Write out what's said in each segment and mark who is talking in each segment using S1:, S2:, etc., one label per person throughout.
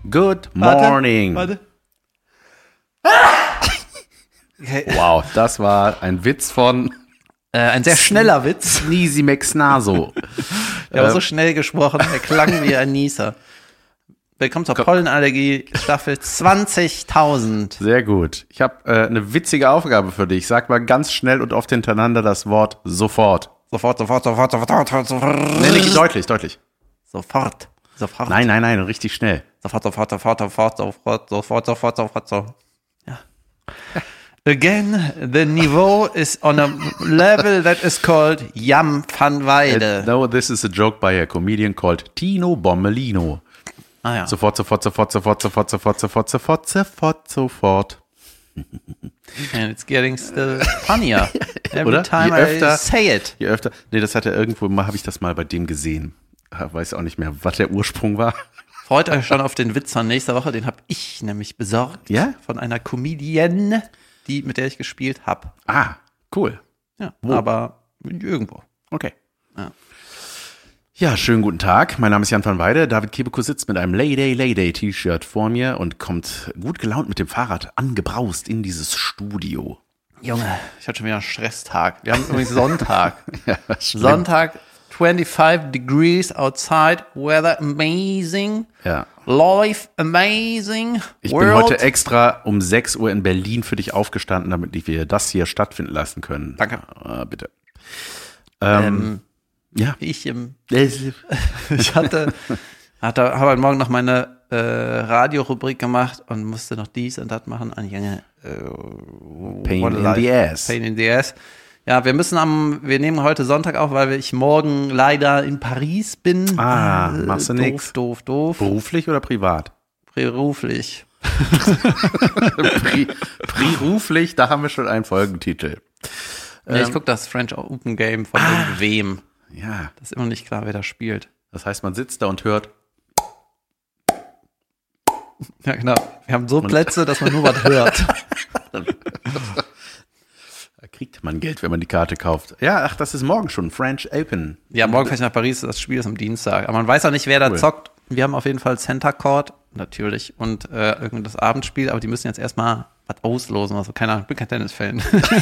S1: Good morning.
S2: Warte.
S1: Wow, das war ein Witz von
S2: ein sehr schneller Witz.
S1: Sneezy McSnaso.
S2: Der war so schnell gesprochen, der klang wie ein Nieser. Willkommen zur Pollenallergie, Staffel 20.000.
S1: Sehr gut. Ich habe eine witzige Aufgabe für dich. Sag mal ganz schnell und oft hintereinander das Wort sofort.
S2: Sofort.
S1: Nee, nicht deutlich.
S2: Sofort.
S1: Nein, richtig schnell.
S2: Sofort. Ja. Again, the Niveau is on a level that is called Jan van Weide.
S1: No, this is a joke by a comedian called Tino Bommelino.
S2: Ah ja.
S1: Sofort.
S2: And it's getting still funnier. Every
S1: Oder?
S2: time I say it.
S1: Je öfter. Nee, das hat er irgendwo mal, habe ich das mal bei dem gesehen. Weiß auch nicht mehr, was der Ursprung war.
S2: Freut euch schon auf den Witz von nächster Woche, den habe ich nämlich besorgt.
S1: Ja?
S2: Von einer Comedienne, mit der ich gespielt habe.
S1: Ah, cool.
S2: Ja,
S1: Wo?
S2: aber irgendwo.
S1: Okay.
S2: Ja.
S1: Ja, schönen guten Tag. Mein Name ist Jan van Weide. David Kebekus sitzt mit einem Layday T-Shirt vor mir und kommt gut gelaunt mit dem Fahrrad angebraust in dieses Studio.
S2: Junge, ich hatte schon wieder einen Stresstag. Wir haben übrigens Sonntag.
S1: Ja, schlimm.
S2: Sonntag, 25 degrees outside, weather amazing,
S1: Ja.
S2: life amazing,
S1: Ich bin heute extra um 6 Uhr in Berlin für dich aufgestanden, damit wir das hier stattfinden lassen können.
S2: Danke.
S1: Bitte. Ja.
S2: Ich habe heute Morgen noch meine Radiorubrik gemacht und musste noch dies und das machen. Und Junge,
S1: Pain in the ass.
S2: Pain in the ass. Ja, wir nehmen heute Sonntag auf, weil ich morgen leider in Paris bin.
S1: Machst du nix?
S2: Doof.
S1: Beruflich oder privat?
S2: Beruflich.
S1: Beruflich, da haben wir schon einen Folgentitel.
S2: Ja, ich gucke das French Open Game von irgendwem.
S1: Ja.
S2: Das ist immer nicht klar, wer da spielt.
S1: Das heißt, man sitzt da und hört.
S2: Ja, genau. Wir haben so Plätze, dass man nur was hört.
S1: Da kriegt man Geld, wenn man die Karte kauft. Ja, ach, das ist morgen schon. French Open.
S2: Ja, morgen fahre ich nach Paris. Das Spiel ist am Dienstag. Aber man weiß auch nicht, wer da zockt. Wir haben auf jeden Fall Center Court, natürlich, und irgend das Abendspiel. Aber die müssen jetzt erstmal was auslosen. Also keine Ahnung, ich bin kein Tennisfan.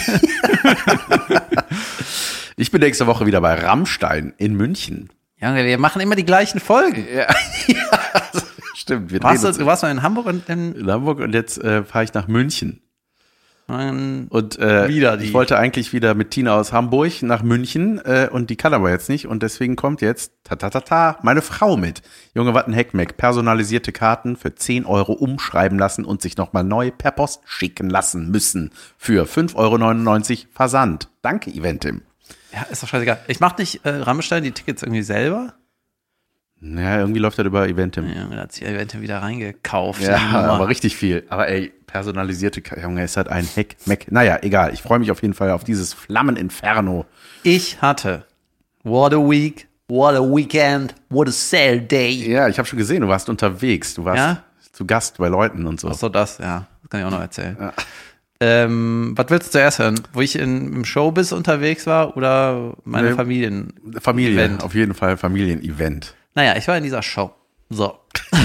S1: Ich bin nächste Woche wieder bei Rammstein in München.
S2: Ja, wir machen immer die gleichen Folgen.
S1: Ja, stimmt.
S2: Du warst mal in Hamburg und
S1: in Hamburg und jetzt fahre ich nach München. Und
S2: wieder
S1: ich wollte eigentlich wieder mit Tina aus Hamburg nach München und die kann aber jetzt nicht und deswegen kommt jetzt meine Frau mit. Junge, was ein Heckmeck. Personalisierte Karten für 10 € umschreiben lassen und sich nochmal neu per Post schicken lassen müssen. Für 5,99 € Versand. Danke, Eventim.
S2: Ja, ist doch scheißegal. Ich mach nicht Rammstein die Tickets irgendwie selber.
S1: Ja, irgendwie läuft das über Eventim.
S2: Ja, da hat sich Eventim wieder reingekauft.
S1: Ja, aber richtig viel. Aber ey, personalisierte Junge, ist halt ein Heckmeck. Naja, egal. Ich freue mich auf jeden Fall auf dieses Flammeninferno.
S2: Ich hatte What a Week, What a Weekend, What a Saturday.
S1: Ja, ich habe schon gesehen, du warst unterwegs. Du warst zu Gast bei Leuten und so.
S2: Ach so, das kann ich auch noch erzählen. Ja. Was willst du zuerst hören? Wo ich im Showbiz unterwegs war oder meine Familie,
S1: auf jeden Fall Familienevent.
S2: Naja, ich war in dieser Show. So.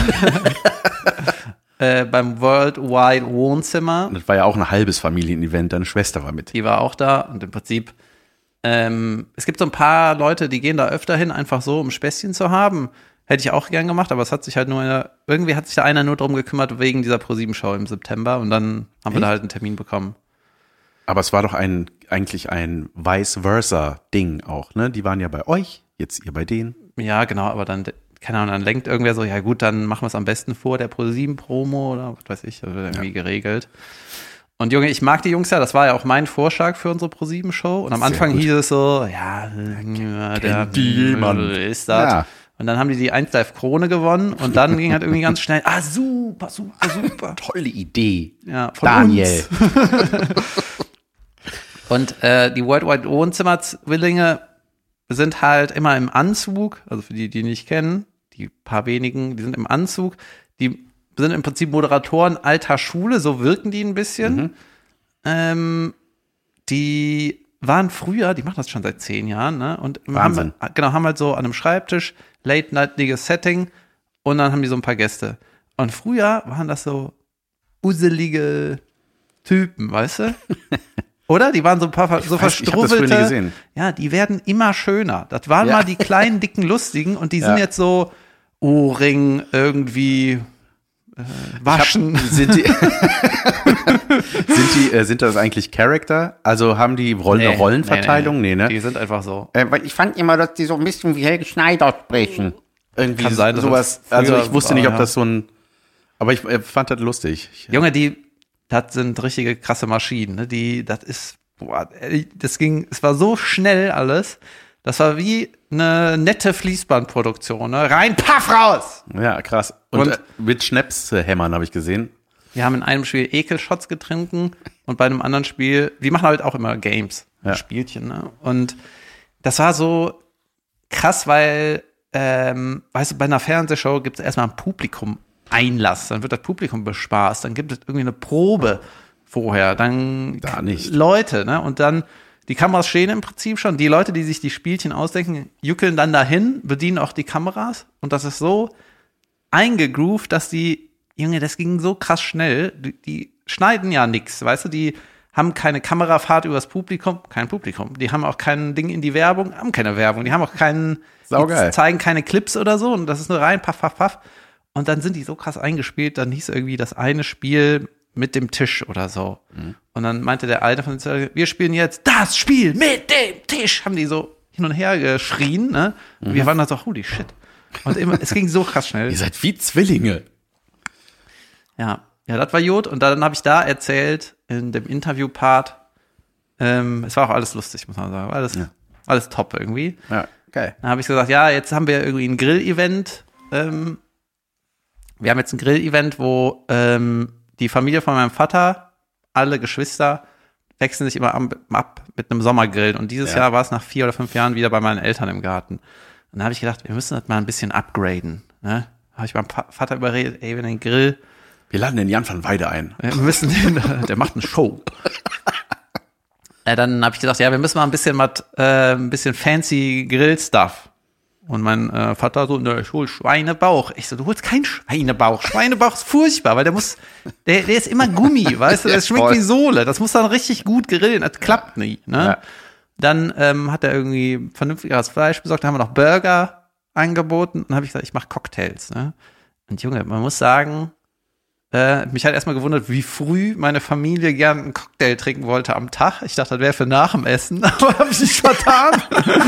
S2: Beim Worldwide Wohnzimmer.
S1: Das war ja auch ein halbes Familienevent, deine Schwester war mit.
S2: Die war auch da und im Prinzip, es gibt so ein paar Leute, die gehen da öfter hin, einfach so, um Späßchen zu haben. Hätte ich auch gern gemacht, aber es hat sich halt irgendwie hat sich da einer nur drum gekümmert wegen dieser ProSieben-Show im September und dann haben wir da halt einen Termin bekommen.
S1: Aber es war doch eigentlich ein Vice-Versa-Ding auch, ne? Die waren ja bei euch, jetzt ihr bei denen.
S2: Ja, genau, aber dann, keine Ahnung, dann lenkt irgendwer so, ja gut, dann machen wir es am besten vor der ProSieben-Promo oder was weiß ich, das wird irgendwie geregelt. Und Junge, ich mag die Jungs ja, das war ja auch mein Vorschlag für unsere ProSieben-Show und am Anfang hieß es so, der ist das. Ja. Und dann haben die 1 Live Krone gewonnen und dann ging halt irgendwie ganz schnell, super.
S1: Tolle Idee.
S2: Ja, von
S1: Daniel.
S2: Und die Worldwide Wohnzimmer-Zwillinge sind halt immer im Anzug, also für die nicht kennen, die paar wenigen, die sind im Anzug, die sind im Prinzip Moderatoren alter Schule, so wirken die ein bisschen. Die waren früher, die machen das schon seit 10 Jahren, ne? Und
S1: Wahnsinn.
S2: haben halt so an einem Schreibtisch Late-Nightiges Setting und dann haben die so ein paar Gäste. Und früher waren das so usselige Typen, weißt du? Oder? Die waren so ein paar so verstrubbelte.
S1: Ich hab das früher nie gesehen.
S2: Ja, die werden immer schöner. Das waren mal die kleinen, dicken, lustigen und die sind jetzt so Ohrring irgendwie waschen.
S1: Sind das eigentlich Charakter? Also haben die eine Rollenverteilung? Nee, ne?
S2: Die sind einfach so.
S3: Weil ich fand immer, dass die so ein bisschen wie Helge Schneider sprechen.
S1: Irgendwie
S2: Kann sein, dass
S1: sowas.
S2: das
S1: Also
S2: früher
S1: ich wusste
S2: war,
S1: nicht, ob
S2: ja.
S1: das so ein. Aber ich fand das lustig.
S2: Junge, das sind richtige krasse Maschinen. Ne? Es war so schnell alles. Das war wie eine nette Fließbandproduktion. Ne? Rein, paff, raus!
S1: Ja, krass. Und mit Schnäpshämmern habe ich gesehen.
S2: Wir haben in einem Spiel Ekelshots getrunken und bei einem anderen Spiel, wir machen halt auch immer Games, Spielchen. Ne? Und das war so krass, weil, weißt du, bei einer Fernsehshow gibt es erstmal ein Publikum-Einlass, dann wird das Publikum bespaßt, dann gibt es irgendwie eine Probe vorher, dann
S1: Da nicht.
S2: Leute, ne? Und dann die Kameras stehen im Prinzip schon. Die Leute, die sich die Spielchen ausdenken, juckeln dann dahin, bedienen auch die Kameras. Und das ist so eingegroovt, dass Junge, das ging so krass schnell. Die schneiden ja nichts, weißt du? Die haben keine Kamerafahrt übers Publikum, kein Publikum. Die haben auch kein Ding in die Werbung, haben keine Werbung. Die haben auch
S1: Saugeil.
S2: die zeigen keine Clips oder so. Und das ist nur rein, paff, paff, paff. Und dann sind die so krass eingespielt. Dann hieß irgendwie das eine Spiel mit dem Tisch oder so. Und dann meinte der eine von den wir spielen jetzt das Spiel mit dem Tisch. Haben die so hin und her geschrien, ne? Und wir waren da so, holy shit. Und es ging so krass schnell.
S1: Ihr seid wie Zwillinge.
S2: Ja, das war gut. Und dann habe ich da erzählt, in dem Interview-Part, es war auch alles lustig, muss man sagen. Alles top irgendwie.
S1: Ja, geil.
S2: Dann habe ich gesagt, ja, jetzt haben wir irgendwie ein Grill-Event. Wir haben jetzt ein Grill-Event, wo die Familie von meinem Vater, alle Geschwister, wechseln sich immer ab mit einem Sommergrill. Und dieses Jahr war es nach 4 oder 5 Jahren wieder bei meinen Eltern im Garten. Und dann habe ich gedacht, wir müssen das mal ein bisschen upgraden. Ne? Habe ich meinem Vater überredet, ey, wenn den Grill,
S1: Wir laden den Jan van Weide ein.
S2: wir müssen der macht eine Show. Dann habe ich gesagt, ja, wir müssen mal ein bisschen fancy Grill-Stuff. Und mein Vater so, ne, ich hol Schweinebauch. Ich so, du holst keinen Schweinebauch. Schweinebauch ist furchtbar, weil der ist immer Gummi, weißt du, das schmeckt
S1: voll.
S2: wie Sohle. Das muss dann richtig gut grillen, das klappt nie, ne?
S1: Ja.
S2: Dann hat er irgendwie vernünftigeres Fleisch besorgt, dann haben wir noch Burger angeboten. Und dann habe ich gesagt, ich mache Cocktails, ne? Und Junge, man muss sagen, mich hat erstmal gewundert, wie früh meine Familie gern einen Cocktail trinken wollte am Tag. Ich dachte, das wäre für nach dem Essen, aber habe ich nicht vertan.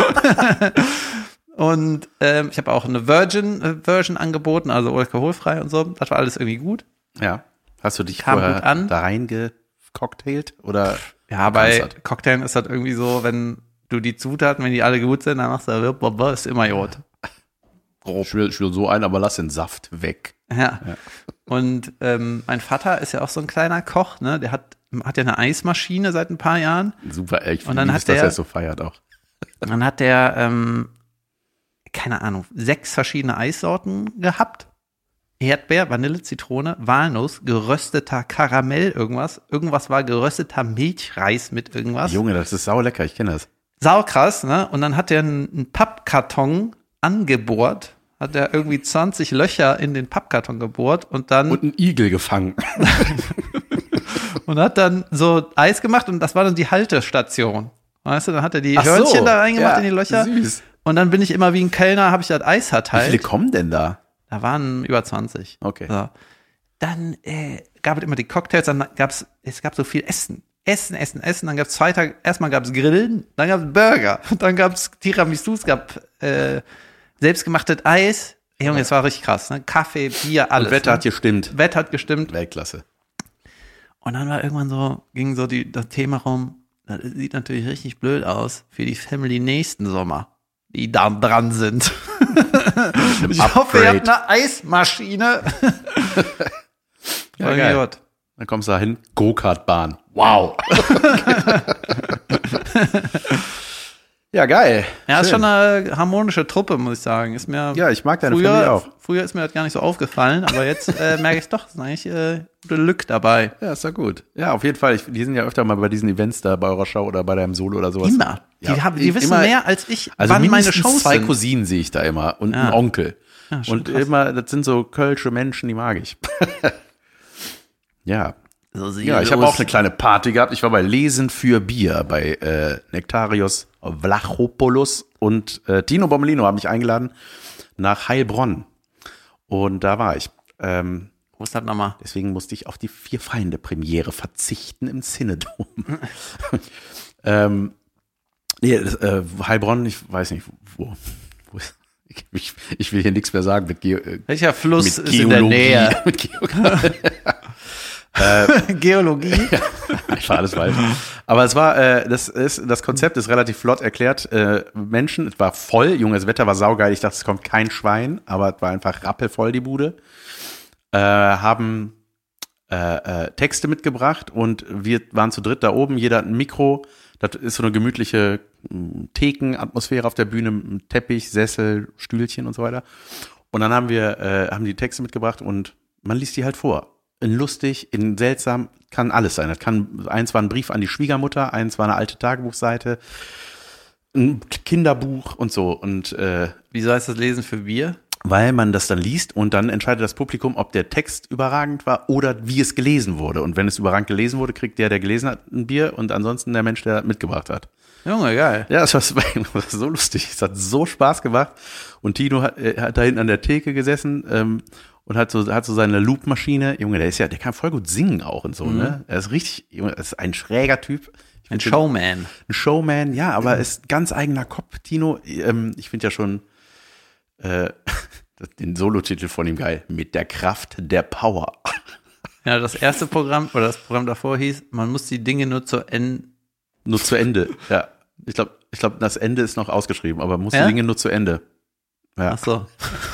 S2: Und ich habe auch eine Virgin-Version angeboten, also alkoholfrei und so. Das war alles irgendwie gut.
S1: Ja. Hast du dich
S2: Kam
S1: vorher
S2: gut an.
S1: da reingecocktaillt? Oder?
S2: Ja, bei
S1: Kannst das?
S2: Cocktailen ist das irgendwie so, wenn du die Zutaten, wenn die alle gut sind, dann machst du, ist immer gut.
S1: Ich will so ein, aber lass den Saft weg.
S2: Ja. Und mein Vater ist ja auch so ein kleiner Koch, ne? Der hat ja eine Eismaschine seit ein paar Jahren.
S1: Super, echt.
S2: Und dann
S1: wie
S2: hat
S1: ist das
S2: der-
S1: er so feiert auch.
S2: Und dann hat der, keine Ahnung, 6 verschiedene Eissorten gehabt. Erdbeer, Vanille, Zitrone, Walnuss, gerösteter Karamell, irgendwas. Irgendwas war gerösteter Milchreis mit irgendwas.
S1: Junge, das ist saulecker, ich kenne das.
S2: Saukrass, ne? Und dann hat der einen Pappkarton angebohrt, hat er irgendwie 20 Löcher in den Pappkarton gebohrt und dann
S1: Und einen Igel gefangen.
S2: und hat dann so Eis gemacht und das war dann die Haltestation. Weißt du, dann hat er die
S1: Ach so,
S2: Hörnchen da reingemacht
S1: ja,
S2: in die Löcher.
S1: süß.
S2: Und dann bin ich immer wie ein Kellner, habe ich das Eis
S1: Wie
S2: verteilt.
S1: viele kommen denn da?
S2: Da waren über 20.
S1: Okay.
S2: So. Dann gab es immer die Cocktails, dann es gab so viel Essen. Essen. Dann gab es 2 Tage, erstmal gab es Grillen, dann gab es Burger, dann gab es Tiramisu, es gab selbstgemachtes Eis. Ey, Junge, es war richtig krass, ne? Kaffee, Bier, alles.
S1: Und Wetter
S2: ne?
S1: hat gestimmt.
S2: Wetter hat gestimmt.
S1: Weltklasse.
S2: Und dann war irgendwann so, ging so das Thema rum, das sieht natürlich richtig blöd aus für die Family nächsten Sommer, die da dran sind. Ich hoffe, ihr habt eine Eismaschine.
S1: Ja,
S2: Voll
S1: geil.
S2: gut.
S1: Dann kommst du da hin, Go-Kart-Bahn. Wow. Ja, geil.
S2: Ja, ist
S1: Schön.
S2: schon eine harmonische Truppe, muss ich sagen. Ist mir
S1: Ja, ich mag deine Familie auch.
S2: Früher ist mir das gar nicht so aufgefallen, aber jetzt merke ich doch, es ist eigentlich gute Lück dabei.
S1: Ja, ist doch gut. Ja, auf jeden Fall. Die sind ja öfter mal bei diesen Events da, bei eurer Show oder bei deinem Solo oder sowas.
S2: Immer. Die wissen
S1: immer,
S2: mehr als ich,
S1: also
S2: wann meine
S1: mindestens
S2: Shows
S1: 2
S2: sind.
S1: Cousinen sehe ich da immer und einen Onkel.
S2: Ja, schon
S1: und
S2: krass.
S1: immer, das sind so kölsche Menschen, die mag ich. Ja.
S2: So
S1: Ja, ich habe auch eine kleine Party gehabt. Ich war bei Lesen für Bier bei Nektarios Vlachopoulos und Tino Bommelino haben mich eingeladen nach Heilbronn. Und da war ich.
S2: Wo ist das nochmal?
S1: Deswegen musste ich auf die 4-Feinde-Premiere verzichten im Cinedom. Heilbronn, ich weiß nicht, wo ist. Ich will hier nichts mehr sagen mit
S2: Welcher Fluss
S1: mit
S2: ist in der Nähe?
S1: Mit
S2: Geologie?
S1: Einfach alles falsch. Aber es war, das Konzept ist relativ flott erklärt. Menschen, es war voll, Junge, das Wetter war saugeil. Ich dachte, es kommt kein Schwein, aber es war einfach rappelvoll, die Bude. Haben Texte mitgebracht und wir waren zu dritt da oben. Jeder hat ein Mikro. Das ist so eine gemütliche Thekenatmosphäre auf der Bühne, mit Teppich, Sessel, Stühlchen und so weiter. Und dann haben die Texte mitgebracht und man liest die halt vor. In lustig, in seltsam, kann alles sein. Eins war ein Brief an die Schwiegermutter, eins war eine alte Tagebuchseite, ein Kinderbuch und so. Und
S2: Wieso heißt das Lesen für Bier?
S1: weil man das dann liest und dann entscheidet das Publikum, ob der Text überragend war oder wie es gelesen wurde. Und wenn es überragend gelesen wurde, kriegt der gelesen hat, ein Bier und ansonsten der Mensch, der mitgebracht hat.
S2: Junge, geil.
S1: Ja, das war so lustig. Es hat so Spaß gemacht. Und Tino hat da hinten an der Theke gesessen und hat so seine Loopmaschine. Junge, der kann voll gut singen auch und so, ne? Er ist richtig, Junge, er ist ein schräger Typ.
S2: Ein Showman.
S1: Ein Showman, ja, aber ist ganz eigener Kopf, Tino. Ich finde ja schon den Solotitel von ihm geil. Mit der Kraft der Power.
S2: Ja, das erste Programm oder das Programm davor hieß, man muss die Dinge nur zu Ende.
S1: Nur zu Ende, ja. Ich glaube, das Ende ist noch ausgeschrieben, aber muss die Dinge nur zu Ende. Ja.
S2: Ach so.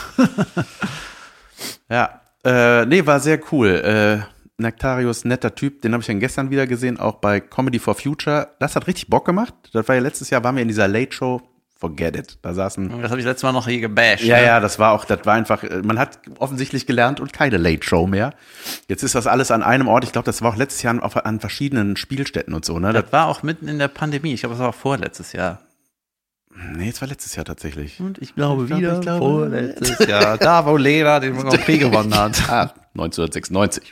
S1: Ja, war sehr cool. Nektarios, netter Typ, den habe ich dann gestern wieder gesehen, auch bei Comedy for Future. Das hat richtig Bock gemacht. Das war ja letztes Jahr, waren wir in dieser Late Show. Forget it. Da saßen.
S2: Das habe ich letztes Mal noch hier gebasht.
S1: Ja,
S2: ne?
S1: ja, das war einfach, man hat offensichtlich gelernt und keine Late Show mehr. Jetzt ist das alles an einem Ort. Ich glaube, das war auch letztes Jahr an verschiedenen Spielstätten und so, ne?
S2: Das war auch mitten in der Pandemie. Ich glaube, das war auch vorletztes Jahr.
S1: Nee, es war letztes Jahr tatsächlich.
S2: Und ich glaube vorletztes Jahr. Da, wo Lena den Grand Prix gewonnen hat.
S1: 1996.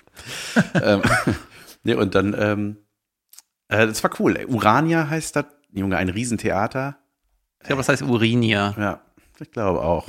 S1: Nee, und dann, das war cool. Urania heißt das. Junge, ein Riesentheater.
S2: Ich glaube, das heißt Urinia.
S1: Ja, ich glaube auch.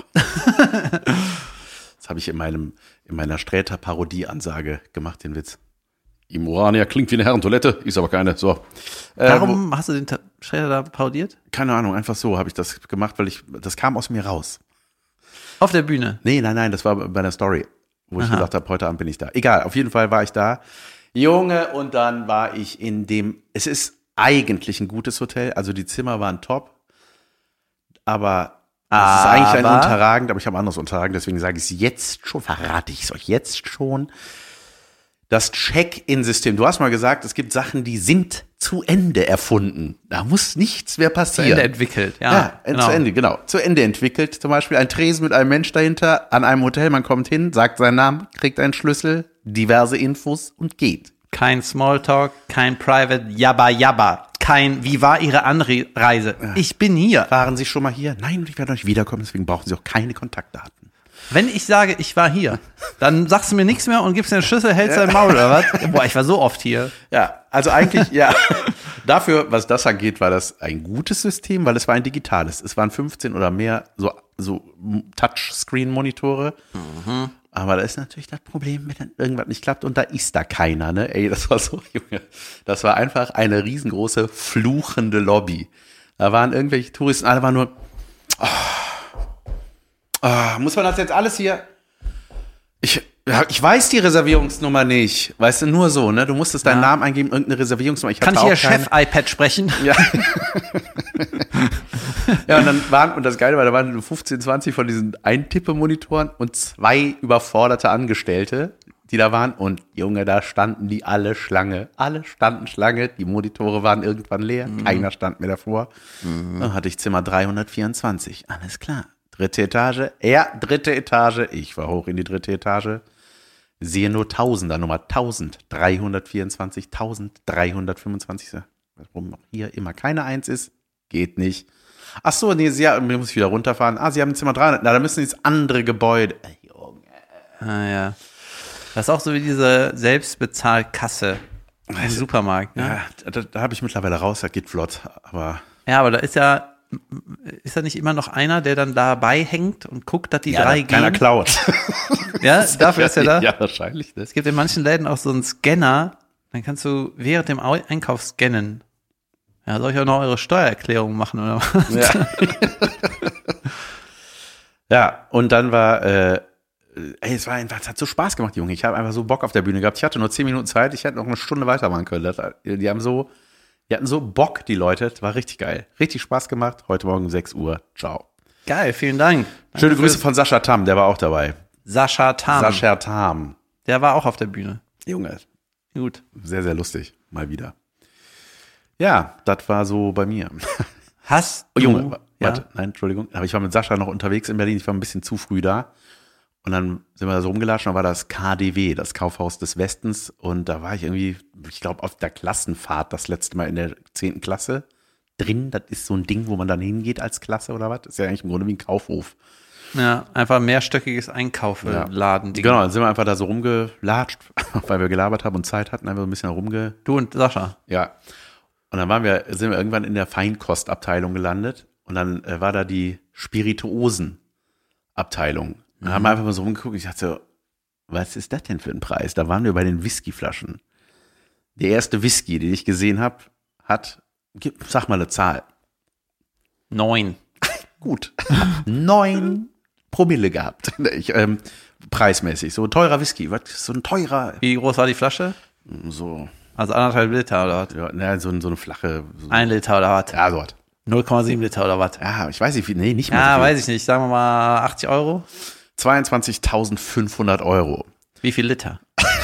S1: Das habe ich in meiner Sträter-Parodie-Ansage gemacht, den Witz. Im Urania klingt wie eine Herrentoilette, ist aber keine. So.
S2: Warum hast du den Sträter da parodiert?
S1: Keine Ahnung, einfach so habe ich das gemacht, weil das kam aus mir raus.
S2: Auf der Bühne?
S1: Nee, nein, das war bei der Story, wo ich gesagt habe, heute Abend bin ich da. Egal, auf jeden Fall war ich da. Junge, und dann war ich es ist eigentlich ein gutes Hotel, also die Zimmer waren top. Aber es ist eigentlich ein unterragend, aber ich habe ein anderes unterragend, deswegen sage ich es jetzt schon, verrate ich es euch jetzt schon. Das Check-in-System. Du hast mal gesagt, es gibt Sachen, die sind zu Ende erfunden. Da muss nichts mehr passieren.
S2: Zu Ende entwickelt, ja.
S1: Genau. Zu Ende, genau. Zu Ende entwickelt. Zum Beispiel ein Tresen mit einem Mensch dahinter an einem Hotel. Man kommt hin, sagt seinen Namen, kriegt einen Schlüssel, diverse Infos und geht.
S2: Kein Smalltalk, kein Private Jabba Jabba. Wie war Ihre Anreise? Ja. Ich bin hier.
S1: Waren Sie schon mal hier? Nein, ich werde noch nicht wiederkommen, deswegen brauchen Sie auch keine Kontaktdaten.
S2: Wenn ich sage, ich war hier, dann sagst du mir nichts mehr und gibst mir eine Schüssel, hältst dein Maul oder was? Boah, ich war so oft hier.
S1: Ja, also eigentlich, ja. Dafür, was das angeht, war das ein gutes System, weil es war ein digitales. Es waren 15 oder mehr so Touchscreen-Monitore. Mhm. Aber da ist natürlich das Problem, wenn dann irgendwas nicht klappt und da ist da keiner, ne? Ey, das war so, Junge. Das war einfach eine riesengroße, fluchende Lobby. Da waren irgendwelche Touristen, alle waren nur, muss man das jetzt alles hier? Ich weiß die Reservierungsnummer nicht. Weißt du, nur so, ne? Du musstest deinen Namen eingeben, irgendeine Reservierungsnummer.
S2: Kann ich hier Chef-iPad sprechen?
S1: Ja. Ja, und das Geile war, da waren 15, 20 von diesen Eintippe-Monitoren und 2 überforderte Angestellte, die da waren. Und Junge, da standen die alle Schlange. Alle standen Schlange. Die Monitore waren irgendwann leer. Keiner stand mehr davor. Dann hatte ich Zimmer 324. Alles klar. 3. Etage. Ja, 3. Etage. Ich war hoch in die 3. Etage. Sehe nur Tausender-Nummer. 1324, 1325. Warum auch hier immer keine 1 ist. geht nicht. Ach so, nee, muss ich wieder runterfahren. Sie haben Zimmer 300. Na, da müssen ins andere Gebäude. Junge.
S2: Ah, ja. Das ist auch so wie diese Selbstbezahlkasse im Supermarkt. Ne?
S1: Ja, da habe ich mittlerweile raus, das geht flott. Aber
S2: da ist ja nicht immer noch einer, der dann dabei hängt und guckt, dass die drei gehen?
S1: Keiner klaut.
S2: Ja, dafür ist er da.
S1: Ja, wahrscheinlich. Ne?
S2: Es gibt in manchen Läden auch so einen Scanner, dann kannst du während dem Einkauf scannen. Ja, soll ich auch noch eure Steuererklärung machen oder was?
S1: Ja. Ja, und dann war, es hat so Spaß gemacht, Junge. Ich habe einfach so Bock auf der Bühne gehabt. Ich hatte nur 10 Minuten Zeit, ich hätte noch eine Stunde weitermachen können. Die hatten so Bock, die Leute. Das war richtig geil. Richtig Spaß gemacht. Heute Morgen um 6 Uhr. Ciao.
S2: Geil, vielen Dank.
S1: Schöne Grüße von Sascha Tam, der war auch dabei.
S2: Sascha
S1: Tam.
S2: Der war auch auf der Bühne.
S1: Junge.
S2: Gut.
S1: Sehr, sehr lustig. Mal wieder. Ja, das war so bei mir.
S2: Hast du?
S1: Junge,
S2: Ja.
S1: warte, nein, Entschuldigung. Aber ich war mit Sascha noch unterwegs in Berlin. Ich war ein bisschen zu früh da. Und dann sind wir da so rumgelatscht und dann war das KDW, das Kaufhaus des Westens. Und da war ich irgendwie, ich glaube, auf der Klassenfahrt das letzte Mal in der 10. Klasse drin. Das ist so ein Ding, wo man dann hingeht als Klasse oder was. Das ist ja eigentlich im Grunde wie ein Kaufhof.
S2: Ja, einfach mehrstöckiges Einkaufladen.
S1: Genau, dann sind wir einfach da so rumgelatscht, weil wir gelabert haben und Zeit hatten, einfach so ein bisschen
S2: Du und Sascha.
S1: Ja. Und dann sind wir irgendwann in der Feinkostabteilung gelandet und dann war da die Spirituosenabteilung. Dann haben wir einfach mal so rumgeguckt und ich dachte so, was ist das denn für ein Preis? Da waren wir bei den Whiskyflaschen. Der erste Whisky, den ich gesehen habe, sag mal eine Zahl.
S2: 9.
S1: Gut. 9 Promille gehabt. Preismäßig. So ein teurer Whisky. Was ist so ein teurer?
S2: Wie groß war die Flasche?
S1: So.
S2: Also 1,5 Liter oder was?
S1: Ja, so eine flache. So
S2: 1 Liter oder was?
S1: Ja, so was.
S2: 0,7 Liter oder was?
S1: Ja, ich weiß nicht, nee, nicht mehr.
S2: Ja,
S1: so viel.
S2: weiß ich nicht. Sagen wir mal 80 Euro.
S1: 22.500 Euro.
S2: Wie viel Liter?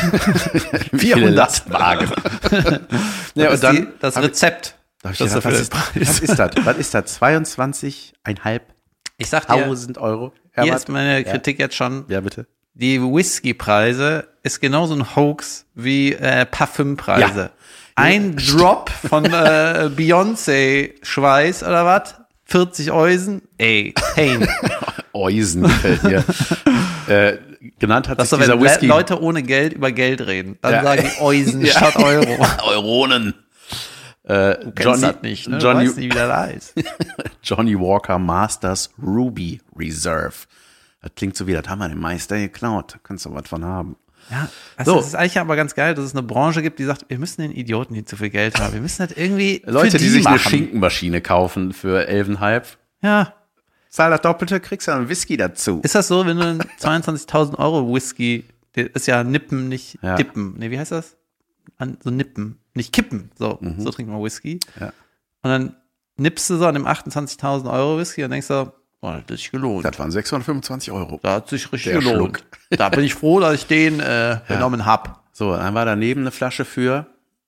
S1: 400 Lastwagen. Ja, und dann
S2: das Rezept.
S1: hab ich
S2: Das
S1: gedacht,
S2: dafür
S1: was ist das? Was ist das? 22.500
S2: Ich sag dir,
S1: Euro?
S2: hier
S1: Herbert?
S2: ist meine Kritik jetzt schon.
S1: Ja, bitte.
S2: Die Whisky-Preise ist genauso ein Hoax wie Parfümpreise.
S1: Ja.
S2: Ein Drop von Beyoncé-Schweiß oder was? 40 Eusen? Ey, Pain.
S1: Eusen gefällt mir. Genannt hat
S2: Das
S1: sich
S2: ist so,
S1: dieser
S2: wenn
S1: Whisky.
S2: Leute ohne Geld über Geld reden. Dann
S1: Ja.
S2: sagen die Eusen statt Euro.
S1: Euronen.
S2: Du kennst das nicht, ne? Du weißt nicht, wie das heißt.
S1: Johnny Walker Masters Ruby Reserve. Das klingt so wie, das haben wir dem Meister geklaut. Da kannst du was von haben.
S2: Ja,
S1: So.
S2: das ist eigentlich aber ganz geil, dass es eine Branche gibt, die sagt, wir müssen den Idioten, die zu viel Geld haben. Wir müssen das irgendwie
S1: Leute,
S2: für
S1: die sich eine
S2: machen.
S1: Schinkenmaschine kaufen für 11,5.
S2: Ja.
S1: Zahl das Doppelte, kriegst du einen Whisky dazu.
S2: Ist das so, wenn du einen 22.000 Euro Whisky, der ist ja Nippen, nicht
S1: Ja.
S2: Dippen. Nee, wie heißt das? So Nippen, nicht Kippen. So trinkt man Whisky.
S1: Ja.
S2: Und dann nippst du so an dem 28.000 Euro Whisky und denkst so, oh, das hat sich gelohnt.
S1: Das waren 625 Euro.
S2: Da hat sich richtig
S1: Der
S2: gelohnt.
S1: Schluck.
S2: Da bin ich froh, dass ich den genommen hab.
S1: So, dann war daneben eine Flasche für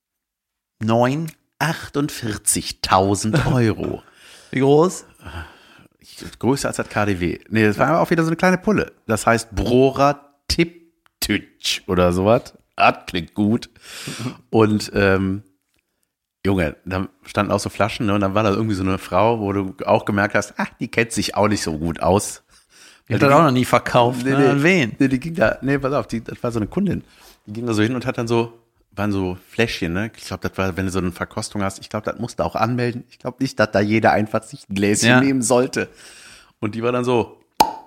S2: 9.
S1: 48.000 Euro.
S2: Wie groß?
S1: Größer als das KDW. Nee, das war auch wieder so eine kleine Pulle. Das heißt Brora Tiptütsch oder sowas. Das klingt gut. Und Junge, da standen auch so Flaschen, ne? Und dann war da irgendwie so eine Frau, wo du auch gemerkt hast, die kennt sich auch nicht so gut aus.
S2: Ich hab das auch noch nie verkauft. Ne? An wen?
S1: Nee, die ging da, pass auf, das war so eine Kundin. Die ging da so hin und hat dann waren so Fläschchen, ne? Ich glaube, das war, wenn du so eine Verkostung hast, ich glaube, das musst du auch anmelden. Ich glaube nicht, dass da jeder einfach sich ein Gläschen nehmen sollte. Und die war dann so,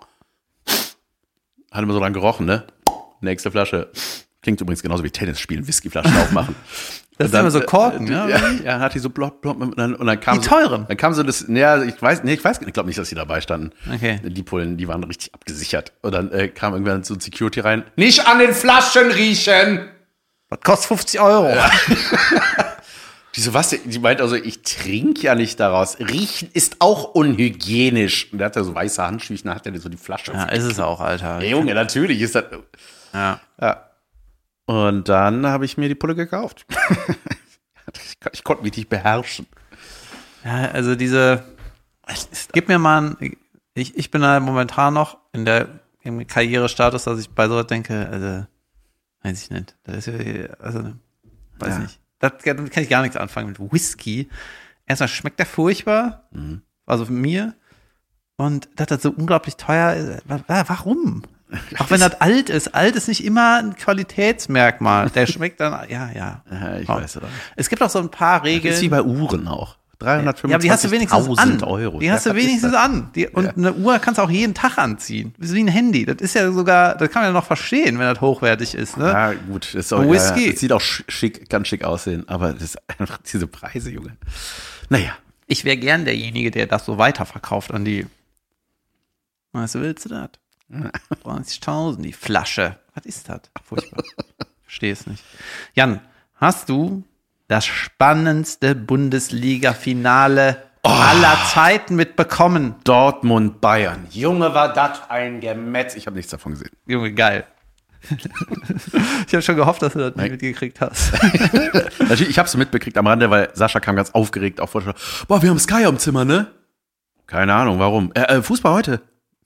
S1: hat immer so dran gerochen, ne? Nächste Flasche. Klingt übrigens genauso wie Tennis spielen, Whiskyflaschen aufmachen.
S2: Das sind immer so Korken, ja?
S1: Ja, hat die so blopp und dann kam
S2: Die teuren?
S1: Dann kam so das, ich glaube nicht, dass die dabei standen.
S2: Okay.
S1: Die Pullen, die waren richtig abgesichert. Und dann kam irgendwann so ein Security rein. Nicht an den Flaschen riechen!
S2: Das kostet 50 Euro. Ja.
S1: Die so, was? Die meint also, ich trinke ja nicht daraus. Riechen ist auch unhygienisch. Und der hat ja so weiße Handschüchen, hat er so die Flasche.
S2: Ja, ist es auch, Alter.
S1: Ja, Junge, natürlich ist das.
S2: Ja.
S1: Und dann habe ich mir die Pulle gekauft. Ich konnte mich nicht beherrschen.
S2: Ja, also gib mir mal ich bin da momentan noch im Karrierestatus, dass ich bei sowas denke, also, weiß ich nicht. Das ist ja, also, weiß nicht. Da kann ich gar nichts anfangen mit Whisky. erstmal schmeckt der furchtbar, also für mir. Und dass das so unglaublich teuer ist. Warum? Auch wenn das alt ist nicht immer ein Qualitätsmerkmal. Der schmeckt dann, ja.
S1: Ich weiß oder?
S2: Es gibt auch so ein paar Regeln.
S1: Das ist wie bei Uhren auch.
S2: Ja, aber die hast du wenigstens an.
S1: Euro.
S2: Die hast du wenigstens an. Und eine Uhr kannst du auch jeden Tag anziehen. Das ist wie ein Handy. Das ist ja sogar, das kann man ja noch verstehen, wenn das hochwertig ist. Ne?
S1: Ja, gut. Das ist auch,
S2: Whisky.
S1: das sieht auch schick, ganz schick aussehen. Aber das ist einfach diese Preise, Junge. Naja.
S2: Ich wäre gern derjenige, der das so weiterverkauft an die. Was willst du das? 30.000, die Flasche. Was ist das? Furchtbar. Verstehe es nicht. Jan, hast du das spannendste Bundesliga-Finale aller Zeiten mitbekommen?
S1: Dortmund-Bayern. Junge, war das ein Gemetz. Ich habe nichts davon gesehen.
S2: Junge, geil. Ich habe schon gehofft, dass du das nicht mitgekriegt hast.
S1: Natürlich, ich habe es mitbekriegt am Rande, weil Sascha kam ganz aufgeregt auf vor. Boah, wir haben Sky am Zimmer, ne? Keine Ahnung, warum. Fußball heute.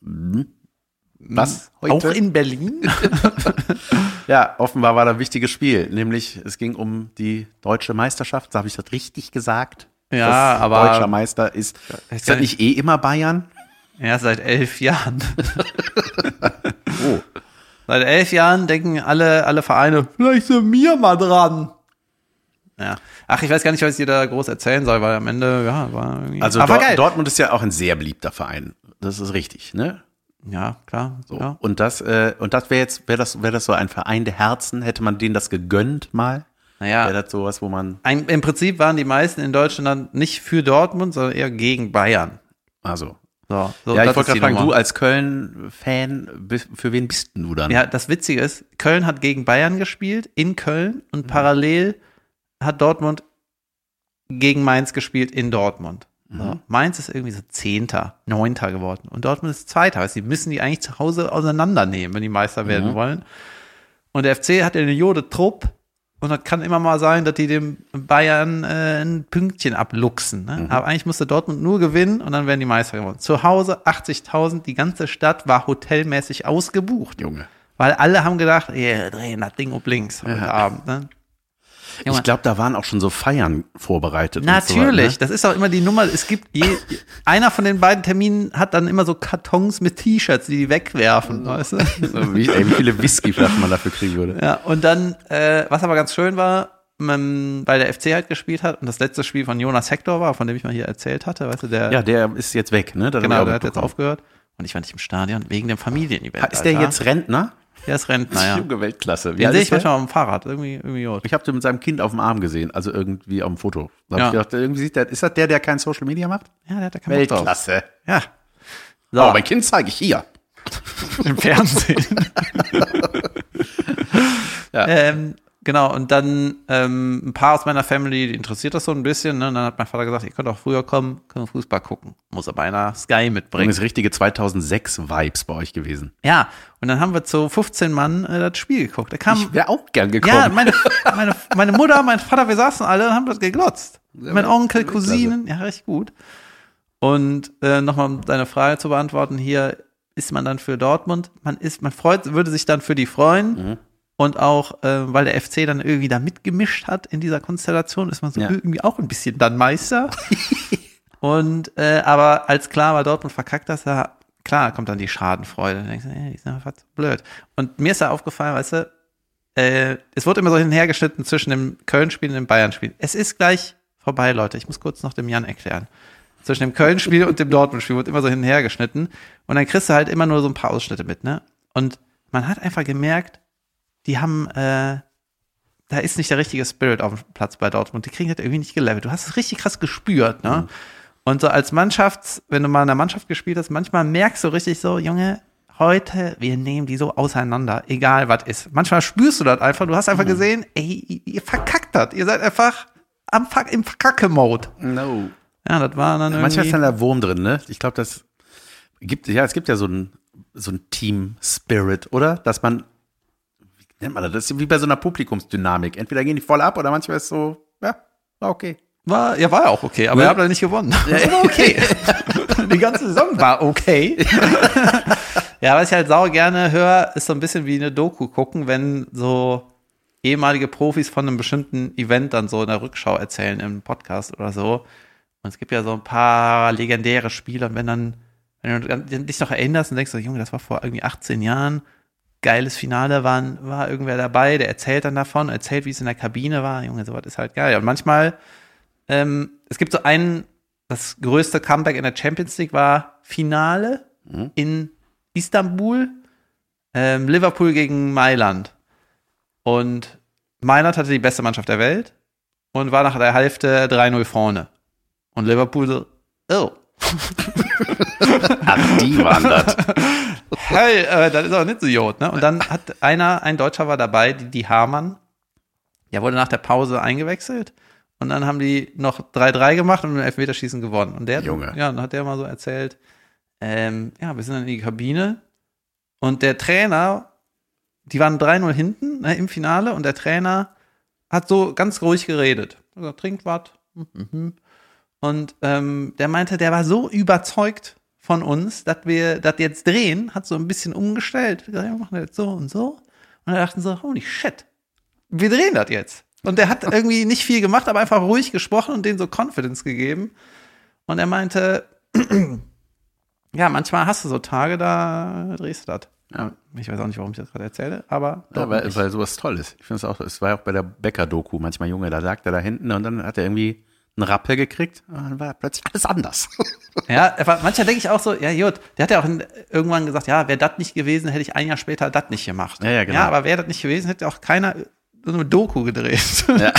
S1: Was? Heute?
S2: Auch in Berlin?
S1: Ja, offenbar war da ein wichtiges Spiel. Nämlich, es ging um die deutsche Meisterschaft. Habe ich das richtig gesagt?
S2: Ja,
S1: dass
S2: aber
S1: deutscher Meister ist. Ist das nicht immer Bayern?
S2: Ja, seit 11 Jahren.
S1: Oh.
S2: Seit 11 Jahren denken alle Vereine, vielleicht sind wir mal dran. Ja. Ach, ich weiß gar nicht, was ich dir da groß erzählen soll, weil am Ende, ja, war irgendwie.
S1: Also
S2: aber geil.
S1: Dortmund ist ja auch ein sehr beliebter Verein. Das ist richtig, ne?
S2: Ja, klar.
S1: So.
S2: Ja.
S1: Und das wäre das so ein Verein der Herzen? Hätte man denen das gegönnt mal?
S2: Naja.
S1: Wäre das sowas, wo man.
S2: Im Prinzip waren die meisten in Deutschland dann nicht für Dortmund, sondern eher gegen Bayern.
S1: Also.
S2: So,
S1: Ja, ich
S2: das
S1: wollte
S2: ist die
S1: gerade fragen,
S2: Nummer.
S1: du als Köln-Fan, für wen bist denn du dann?
S2: Ja, das Witzige ist, Köln hat gegen Bayern gespielt, in Köln, und parallel hat Dortmund gegen Mainz gespielt in Dortmund. So. Mainz ist irgendwie so 10., 9. geworden und Dortmund ist 2. Also die müssen die eigentlich zu Hause auseinandernehmen, wenn die Meister werden wollen. Und der FC hat ja eine Jode-Trupp und das kann immer mal sein, dass die dem Bayern ein Pünktchen abluchsen. Ne? Aber eigentlich musste Dortmund nur gewinnen und dann werden die Meister geworden. Zu Hause 80.000, die ganze Stadt war hotelmäßig ausgebucht.
S1: Junge.
S2: Weil alle haben gedacht, drehen das Ding ob links heute Abend. Ne? Junge.
S1: Ich glaube, da waren auch schon so Feiern vorbereitet.
S2: Natürlich,
S1: und so, ne?
S2: das ist auch immer die Nummer. Es gibt einer von den beiden Terminen hat dann immer so Kartons mit T-Shirts, die wegwerfen, weißt du?
S1: So, wie viele Whiskyflaschen man dafür kriegen würde.
S2: Ja, und dann, was aber ganz schön war, weil der FC halt gespielt hat und das letzte Spiel von Jonas Hector war, von dem ich mal hier erzählt hatte, weißt du, der
S1: ist jetzt weg, ne? Das
S2: genau,
S1: hab ich auch
S2: der hat jetzt
S1: mitbekommen.
S2: aufgehört und ich war nicht im Stadion wegen dem Familienevent.
S1: Ist der
S2: Alter.
S1: jetzt Rentner?
S2: Der ist Rentner, ja.
S1: Junge Weltklasse. Wie
S2: Den
S1: alt
S2: sehe
S1: ist
S2: ich
S1: der?
S2: manchmal auf dem Fahrrad, irgendwie gut.
S1: Ich habe den mit seinem Kind auf dem Arm gesehen, also irgendwie auf dem Foto. Da
S2: Ja.
S1: habe ich gedacht, irgendwie ist das der kein Social Media macht?
S2: Ja, der hat da keinen Bock drauf.
S1: Weltklasse.
S2: Ja.
S1: So, mein Kind zeige ich hier.
S2: Im Fernsehen.
S1: Ja.
S2: Genau, und dann ein paar aus meiner Family, die interessiert das so ein bisschen. Ne? Und dann hat mein Vater gesagt, ihr könnt auch früher kommen, können Fußball gucken. Muss aber einer Sky
S1: Und
S2: mitbringen.
S1: ist richtige 2006-Vibes bei euch gewesen.
S2: Ja, und dann haben wir zu 15 Mann das Spiel geguckt. Da kam,
S1: Ich wäre auch gern gekommen.
S2: ja, meine Mutter, mein Vater, wir saßen alle und haben das geglotzt. Mein Onkel, Cousinen, ja, richtig gut. Und nochmal, um deine Frage zu beantworten, hier ist man dann für Dortmund. Würde sich dann für die freuen. Und auch, weil der FC dann irgendwie da mitgemischt hat in dieser Konstellation, ist man so irgendwie auch ein bisschen dann Meister. Und, aber als klar war, Dortmund verkackt das, ja, klar kommt dann die Schadenfreude. Dann denkst du, die sind einfach blöd. Und mir ist da aufgefallen, weißt du, es wurde immer so hin und her geschnitten zwischen dem Köln-Spiel und dem Bayern-Spiel. Es ist gleich vorbei, Leute. Ich muss kurz noch dem Jan erklären. Zwischen dem Köln-Spiel und dem Dortmund-Spiel wird immer so hin und her geschnitten. Und dann kriegst du halt immer nur so ein paar Ausschnitte mit, ne? Und man hat einfach gemerkt, die haben, da ist nicht der richtige Spirit auf dem Platz bei Dortmund. Die kriegen das irgendwie nicht gelevelt. Du hast es richtig krass gespürt, ne? Und so als wenn du mal in einer Mannschaft gespielt hast, manchmal merkst du richtig so, Junge, heute, wir nehmen die so auseinander, egal was ist. Manchmal spürst du das einfach. Du hast einfach gesehen, ey, ihr verkackt das. Ihr seid einfach im Verkacke-Mode.
S1: No.
S2: Ja, das war dann irgendwie.
S1: Manchmal ist dann der Wurm drin, ne? Ich glaube, es gibt ja so ein Team-Spirit, oder? Dass man, wie nennt man das? Das ist wie bei so einer Publikumsdynamik. Entweder gehen die voll ab oder manchmal ist es so, ja, war okay.
S2: War ja auch okay, aber ihr habt ja nicht gewonnen. Das war okay. Die ganze Saison war okay. Ja, was ich halt sau gerne höre, ist so ein bisschen wie eine Doku gucken, wenn so ehemalige Profis von einem bestimmten Event dann so in der Rückschau erzählen im Podcast oder so. Und es gibt ja so ein paar legendäre Spiele. Und wenn du dich noch erinnerst und denkst so, Junge, das war vor irgendwie 18 Jahren, geiles Finale, war irgendwer dabei, der erzählt dann davon, erzählt, wie es in der Kabine war. Junge, sowas ist halt geil. Und manchmal, es gibt so das größte Comeback in der Champions League war Finale in Istanbul, Liverpool gegen Mailand. Und Mailand hatte die beste Mannschaft der Welt und war nach der Hälfte 3-0 vorne. Und Liverpool so, oh.
S1: Ach, die waren das.
S2: Hey, das ist auch nicht so jod, ne? Und dann hat ein Deutscher war dabei, die Hamann, der wurde nach der Pause eingewechselt und dann haben die noch 3-3 gemacht und im Elfmeterschießen gewonnen. Und
S1: Junge.
S2: Ja, dann hat der mal so erzählt, wir sind dann in die Kabine und der Trainer, die waren 3-0 hinten, ne, im Finale und der Trainer hat so ganz ruhig geredet. Also, trinkt was. Und der meinte, der war so überzeugt von uns, dass wir das jetzt drehen, hat so ein bisschen umgestellt. Wir machen das jetzt so und so. Und wir dachten so, holy shit, wir drehen das jetzt. Und der hat irgendwie nicht viel gemacht, aber einfach ruhig gesprochen und denen so Confidence gegeben. Und er meinte, ja, manchmal hast du so Tage, da drehst du das. Ja, ich weiß auch nicht, warum ich das gerade erzähle, aber
S1: ja, weil sowas toll ist. Ich finde es auch, es war ja auch bei der Bäcker-Doku manchmal, Junge, da lag er da hinten und dann hat er irgendwie einen Rappel gekriegt und dann war plötzlich alles anders.
S2: Ja, manchmal denke ich auch so, ja gut, der hat ja auch irgendwann gesagt, ja, wäre das nicht gewesen, hätte ich ein Jahr später das nicht gemacht.
S1: Ja, genau.
S2: Ja, aber wäre das nicht gewesen, hätte auch keiner so eine Doku gedreht.
S1: Ja.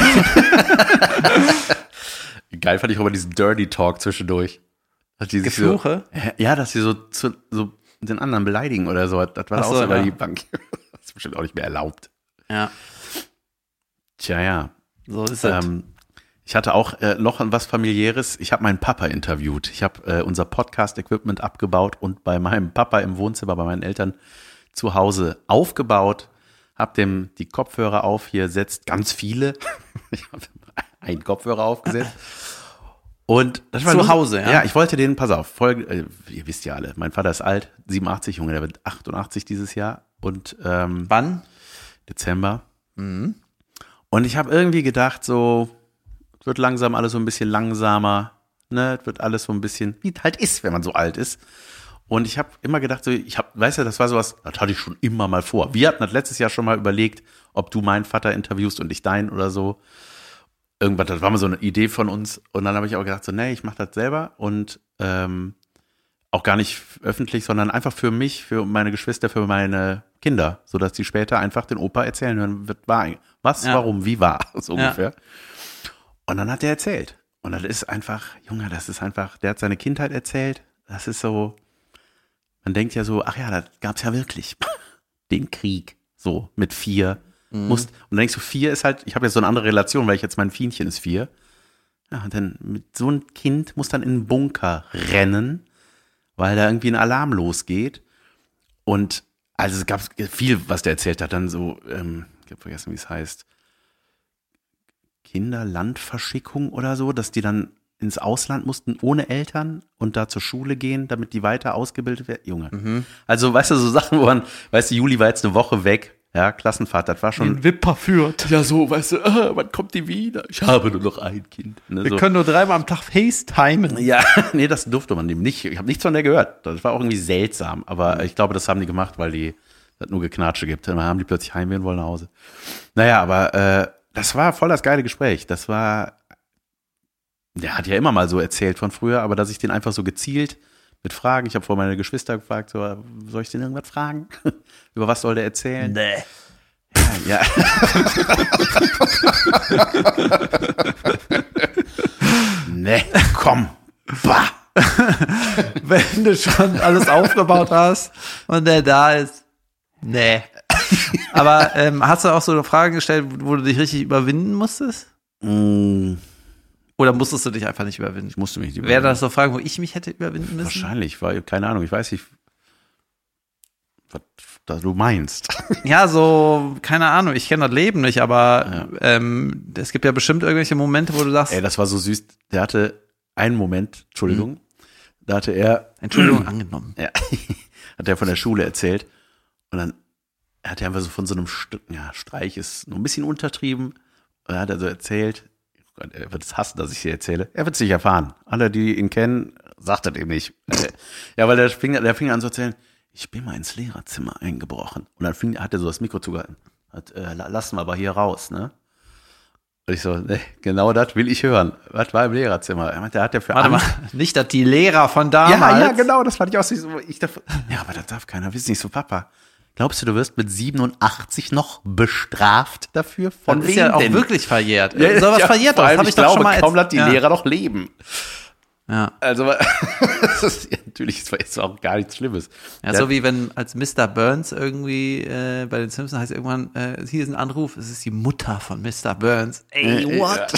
S1: Geil fand ich auch über diesen Dirty Talk zwischendurch.
S2: Gefluche?
S1: So, ja, dass sie so den anderen beleidigen oder so. Das war auch so über die Bank. Das ist bestimmt auch nicht mehr erlaubt.
S2: Ja.
S1: Tja, ja.
S2: So ist es.
S1: Ich hatte auch noch was Familiäres. Ich habe meinen Papa interviewt. Ich habe unser Podcast-Equipment abgebaut und bei meinem Papa im Wohnzimmer, bei meinen Eltern zu Hause aufgebaut. Hab dem die Kopfhörer aufgesetzt. Ganz viele. Ich habe einen Kopfhörer aufgesetzt. Und das war
S2: zu Hause, ja?
S1: Ja, ich wollte denen, pass auf, ihr wisst ja alle, mein Vater ist alt, 87, Junge, der wird 88 dieses Jahr. Und
S2: wann?
S1: Dezember. Und ich habe irgendwie gedacht, so, es wird langsam alles so ein bisschen langsamer, ne? Es wird alles so ein bisschen, wie es halt ist, wenn man so alt ist. Und ich habe immer gedacht, so, weißt du, das war sowas, das hatte ich schon immer mal vor. Wir hatten das letztes Jahr schon mal überlegt, ob du meinen Vater interviewst und ich deinen oder so. Irgendwas, das war mal so eine Idee von uns. Und dann habe ich auch gedacht, so, nee, ich mache das selber und auch gar nicht öffentlich, sondern einfach für mich, für meine Geschwister, für meine Kinder, sodass die später einfach den Opa erzählen hören, was, warum, wie war, so ungefähr. Und dann hat er erzählt. Und das ist einfach, Junge, der hat seine Kindheit erzählt. Das ist so, man denkt ja so, ach ja, das gab's ja wirklich. Den Krieg, so mit 4. Und dann denkst du, 4 ist halt, ich habe jetzt so eine andere Relation, weil mein Fienchen ist 4. Ja, und dann mit so einem Kind muss dann in einen Bunker rennen, weil da irgendwie ein Alarm losgeht. Und also es gab viel, was der erzählt hat. Dann so, ich habe vergessen, wie es heißt, Kinderlandverschickung oder so, dass die dann ins Ausland mussten ohne Eltern und da zur Schule gehen, damit die weiter ausgebildet werden. Junge. Also, weißt du, so Sachen, wo man, weißt du, Juli war jetzt eine Woche weg. Ja, Klassenfahrt, das war schon.
S2: Den Wipper führt.
S1: Ja, so, weißt du, wann kommt die wieder? Ich habe nur noch ein Kind. Ne,
S2: Wir können nur 3-mal am Tag FaceTimen.
S1: Ja, nee, das durfte man dem nicht. Ich habe nichts von der gehört. Das war auch irgendwie seltsam. Aber ich glaube, das haben die gemacht, weil die das nur Geknatsche gibt. Dann haben die plötzlich heimweh und wollen nach Hause. Naja, aber das war voll das geile Gespräch. Das war, der hat ja immer mal so erzählt von früher, aber dass ich den einfach so gezielt mit Fragen, ich habe vor meine Geschwister gefragt, so, soll ich den irgendwas fragen? Über was soll der erzählen?
S2: Nee.
S1: Ja. Nee, komm. Bah.
S2: Wenn du schon alles aufgebaut hast und der da ist. Nee. Aber hast du auch so eine Frage gestellt, wo du dich richtig überwinden musstest? Oder musstest du dich einfach nicht überwinden?
S1: Ich musste mich nicht
S2: überwinden. Wäre das so Fragen, wo ich mich hätte überwinden müssen?
S1: Wahrscheinlich, weil, keine Ahnung, ich weiß nicht, was du meinst.
S2: Ja, so, keine Ahnung, ich kenne das Leben nicht, aber es gibt ja bestimmt irgendwelche Momente, wo du sagst.
S1: Ey, das war so süß. Der hatte einen Moment, Entschuldigung, da hatte er.
S2: Entschuldigung, angenommen.
S1: Ja, hat er von der Schule erzählt. Und dann hat er einfach so von so einem Stück, ja, Streich ist nur ein bisschen untertrieben. Und er hat also erzählt, Gott, er wird es hassen, dass ich hier erzähle. Er wird es nicht erfahren. Alle, die ihn kennen, sagt er dem nicht. Ja, weil der fing an zu erzählen, ich bin mal ins Lehrerzimmer eingebrochen. Und dann hat er so das Mikro zugehalten. Lassen wir aber hier raus, ne? Und ich so, nee, genau das will ich hören. Was war im Lehrerzimmer? Er meinte, der hat ja für
S2: Warte mal, nicht, dass die Lehrer von damals.
S1: Ja, genau, das fand ich auch so. Ich dachte, ja, aber das darf keiner wissen. Ich so, Papa, glaubst du wirst mit 87 noch bestraft dafür? Von
S2: Das
S1: wem
S2: ist ja auch
S1: denn?
S2: wirklich verjährt.
S1: Ja,
S2: So was
S1: ja,
S2: verjährt
S1: vor
S2: doch. Das
S1: allem,
S2: habe ich doch schon mal
S1: kaum, dass die Lehrer noch leben.
S2: Ja.
S1: Also, das ist, ja, natürlich ist auch gar nichts Schlimmes.
S2: Ja, so wie wenn als Mr. Burns irgendwie bei den Simpsons heißt irgendwann, hier ist ein Anruf, es ist die Mutter von Mr. Burns. Ey, what?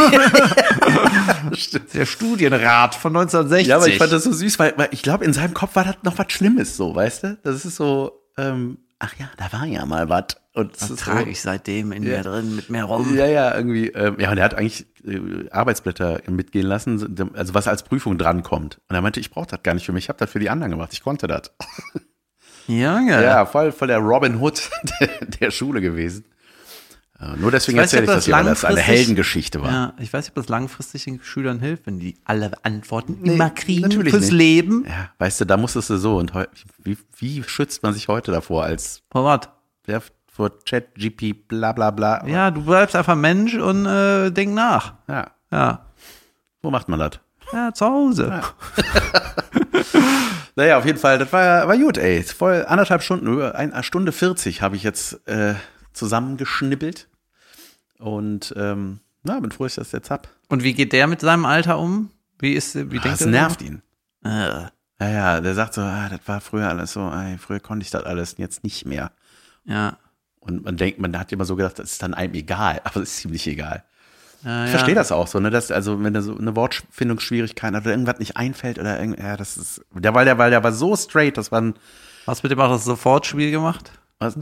S2: Der Studienrat von 1960.
S1: Ja, aber ich fand das so süß, weil ich glaube, in seinem Kopf war das noch was Schlimmes, so, weißt du? Das ist so, ach ja, da war ja mal was. Und das
S2: trage ich seitdem in mir drin mit mir rum.
S1: Ja, irgendwie. Ja, und er hat eigentlich Arbeitsblätter mitgehen lassen, also was als Prüfung drankommt. Und er meinte, ich brauche das gar nicht für mich, ich habe das für die anderen gemacht, ich konnte das.
S2: Junge.
S1: Ja, voll der Robin Hood der Schule gewesen. Nur deswegen erzähle ich das hier, weil das eine Heldengeschichte war.
S2: Ja, ich weiß nicht, ob das langfristig den Schülern hilft, wenn die alle Antworten immer kriegen
S1: natürlich
S2: fürs
S1: nicht.
S2: Leben.
S1: Ja, weißt du, da musstest du so. Und wie schützt man sich heute davor als
S2: Vor was?
S1: vor ChatGPT, bla bla bla.
S2: Ja, du bleibst einfach Mensch und denk nach.
S1: Ja.
S2: Ja.
S1: Wo macht man das?
S2: Ja, zu Hause.
S1: Ja. Naja, auf jeden Fall, das war gut, ey. Voll 1,5 Stunden, 1 Stunde 40 habe ich jetzt zusammengeschnippelt. Und bin froh, dass ich das jetzt hab.
S2: Und wie geht der mit seinem Alter um? Wie denkt
S1: Das
S2: er?
S1: nervt ihn.
S2: Äh,
S1: Ja, der sagt so, das war früher alles so, früher konnte ich das alles, jetzt nicht mehr.
S2: ja.
S1: Und man hat immer so gedacht, das ist dann einem egal, aber es ist ziemlich egal.
S2: Ja,
S1: Ich verstehe das auch so, ne, dass, also wenn da so eine Wortfindungsschwierigkeit hat oder irgendwas nicht einfällt oder das ist, weil der war so straight, das war ein,
S2: Hast du mit dem auch das Sofortspiel gemacht?
S1: was?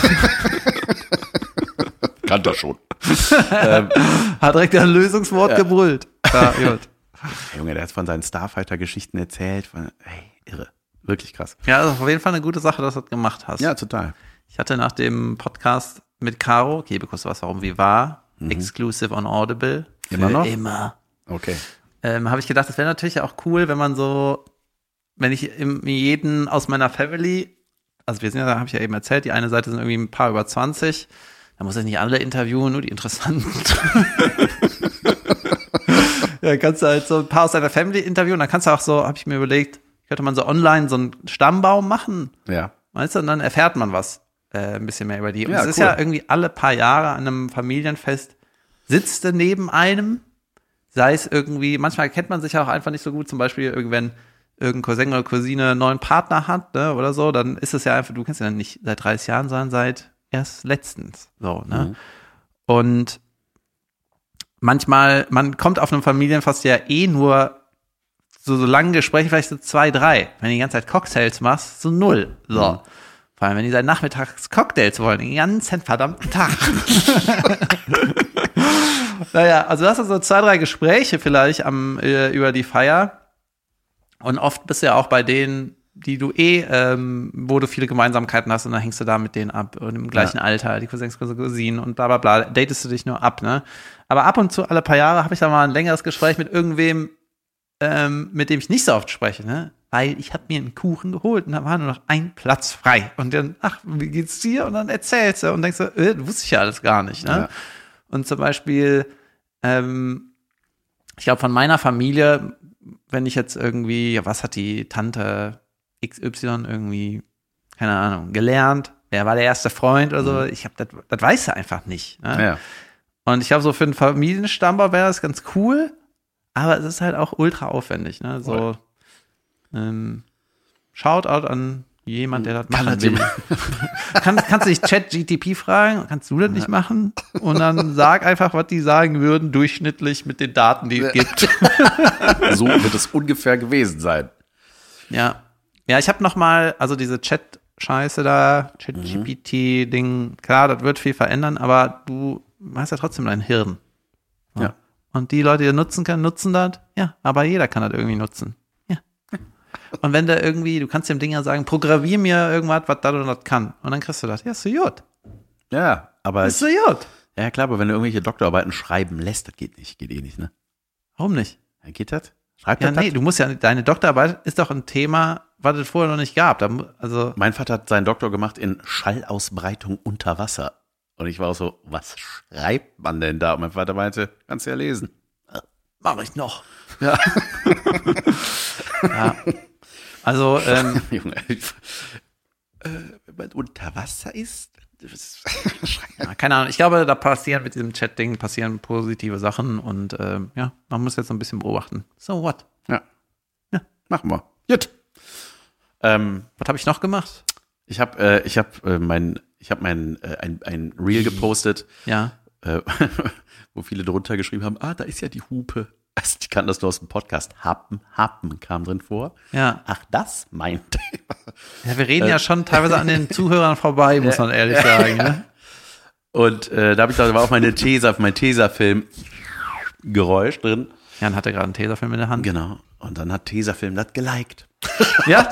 S1: Kann das schon.
S2: Hat direkt ein Lösungswort gebrüllt. Ja, gut.
S1: Junge, der hat von seinen Starfighter-Geschichten erzählt, irre, wirklich krass.
S2: Ja, also auf jeden Fall eine gute Sache, dass du das gemacht hast.
S1: Ja, total.
S2: Ich hatte nach dem Podcast mit Caro, gebe kurz was, warum, wie war, exclusive on Audible.
S1: Immer noch?
S2: Immer.
S1: Okay.
S2: Habe ich gedacht, das wäre natürlich auch cool, wenn ich jeden aus meiner Family, also wir sind ja, da habe ich ja eben erzählt, die eine Seite sind irgendwie ein paar über 20, da muss ich nicht alle interviewen, nur die interessanten. Ja, kannst du halt so ein paar aus deiner Family interviewen, dann kannst du auch so, habe ich mir überlegt, könnte man so online so einen Stammbaum machen,
S1: Ja.
S2: weißt du, und dann erfährt man was, ein bisschen mehr über die. Und
S1: Ja,
S2: es ist
S1: cool.
S2: ja irgendwie alle paar Jahre an einem Familienfest, sitzt du neben einem, sei es irgendwie, manchmal kennt man sich ja auch einfach nicht so gut, zum Beispiel irgendwann irgendein Cousin oder Cousine einen neuen Partner hat, ne, oder so, dann ist es ja einfach, du kennst ja nicht seit 30 Jahren, sondern seit erst letztens, so, ne. Und manchmal, man kommt auf einem Familienfest ja nur so lange Gespräche, vielleicht so 2, 3. Wenn du die ganze Zeit Cocktails machst, so 0. So. Vor allem, wenn die seit nachmittags Cocktails wollen, den ganzen verdammten Tag. Naja, also du hast so 2, 3 Gespräche vielleicht über die Feier. Und oft bist du ja auch bei denen, die du wo du viele Gemeinsamkeiten hast und dann hängst du da mit denen ab und im gleichen Alter, die Cousins, Cousinen und bla bla bla, datest du dich nur ab, ne? Aber ab und zu, alle paar Jahre, habe ich da mal ein längeres Gespräch mit irgendwem, mit dem ich nicht so oft spreche, ne? Weil ich habe mir einen Kuchen geholt und da war nur noch ein Platz frei. Und dann, ach, wie geht's dir? Und dann erzählst du und denkst so, wusste ich ja alles gar nicht, ne?
S1: Ja.
S2: Und zum Beispiel, ich glaube, von meiner Familie, wenn ich jetzt irgendwie, ja, was hat die Tante XY irgendwie, keine Ahnung, gelernt? Wer war der erste Freund oder so? Ich habe das weiß er einfach nicht. Ne?
S1: Ja.
S2: Und ich glaube, so für einen Familienstammbaum wäre das ganz cool, aber es ist halt auch ultra aufwendig. Ne? So, Shoutout an jemand, der das machen will. Kannst du dich ChatGTP fragen? Kannst du das nicht machen? Und dann sag einfach, was die sagen würden, durchschnittlich mit den Daten, die es gibt.
S1: So wird es ungefähr gewesen sein.
S2: Ja. Ja, ich habe noch mal, also diese Chat-Scheiße da, ChatGPT-Ding, klar, das wird viel verändern, aber du hast ja trotzdem dein Hirn.
S1: Ja.
S2: Und die Leute, die das nutzen können, nutzen das. Ja, aber jeder kann das irgendwie nutzen. Ja. Und wenn da irgendwie, du kannst dem Ding ja sagen, programmier mir irgendwas, was das und das kann. Und dann kriegst du das. Ja, ist so gut.
S1: Ja, aber
S2: Ist so gut.
S1: Ja, klar, aber wenn du irgendwelche Doktorarbeiten schreiben lässt, das geht nicht. Geht eh nicht, ne?
S2: Warum nicht?
S1: Ja, geht das? Schreibt
S2: Ja,
S1: das?
S2: nee, du musst ja, deine Doktorarbeit ist doch ein Thema, was es vorher noch nicht gab. Also,
S1: Mein Vater hat seinen Doktor gemacht in Schallausbreitung unter Wasser. Und ich war auch so, was schreibt man denn da? Und mein Vater meinte, kannst du ja lesen.
S2: mache ich noch.
S1: Ja.
S2: Ja. Also,
S1: Junge, wenn man unter Wasser ist,
S2: ja, keine Ahnung. Ich glaube, da passieren mit diesem Chat-Ding positive Sachen und ja, man muss jetzt so ein bisschen beobachten. So what?
S1: ja.
S2: Ja.
S1: Machen wir. Gut.
S2: Was habe ich noch gemacht?
S1: Ich habe ein Reel gepostet,
S2: Ja.
S1: wo viele drunter geschrieben haben, da ist ja die Hupe. Also, die kannten das nur aus dem Podcast. Happen kam drin vor.
S2: Ja.
S1: Ach, das meinte.
S2: Ja, wir reden ja schon teilweise an den Zuhörern vorbei, muss man ehrlich sagen. Ne?
S1: Und da war auch mein Tesafilm Geräusch drin.
S2: Jan hatte gerade einen Tesafilm in der Hand.
S1: Genau. Und dann hat Tesafilm das geliked.
S2: Ja?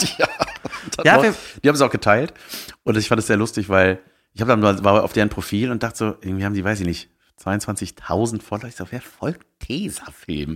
S1: Ja, die haben es auch geteilt. Und ich fand es sehr lustig, weil ich war auf deren Profil und dachte so, irgendwie haben die, weiß ich nicht, 22.000 Follower. Ich so, wer folgt Tesafilm?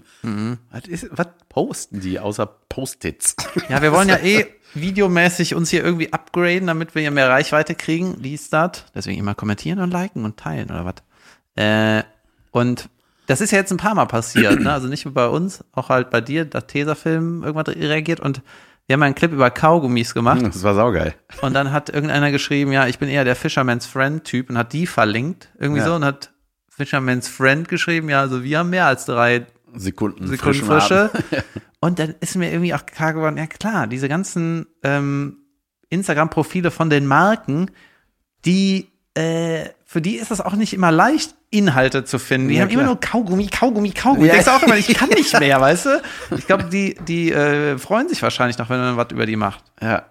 S1: Was posten die außer Post-its?
S2: Ja, wir wollen ja videomäßig uns hier irgendwie upgraden, damit wir hier mehr Reichweite kriegen. Dies, das. Deswegen immer kommentieren und liken und teilen oder was. Und das ist ja jetzt ein paar Mal passiert, ne? Also nicht nur bei uns, auch halt bei dir, dass Tesafilm irgendwann reagiert und wir haben einen Clip über Kaugummis gemacht.
S1: Das war saugeil.
S2: Und dann hat irgendeiner geschrieben, ja, ich bin eher der Fisherman's Friend-Typ und hat die verlinkt. Irgendwie so und hat Fisherman's Friend geschrieben, ja, also wir haben mehr als 3
S1: Sekunden
S2: Frische. Und dann ist mir irgendwie auch klar geworden, ja klar, diese ganzen Instagram-Profile von den Marken, die für die ist es auch nicht immer leicht, Inhalte zu finden. Die haben immer nur Kaugummi.
S1: Ja.
S2: Du denkst auch immer, ich kann nicht mehr, weißt du? Ich glaube, die freuen sich wahrscheinlich noch, wenn man was über die macht.
S1: Ja.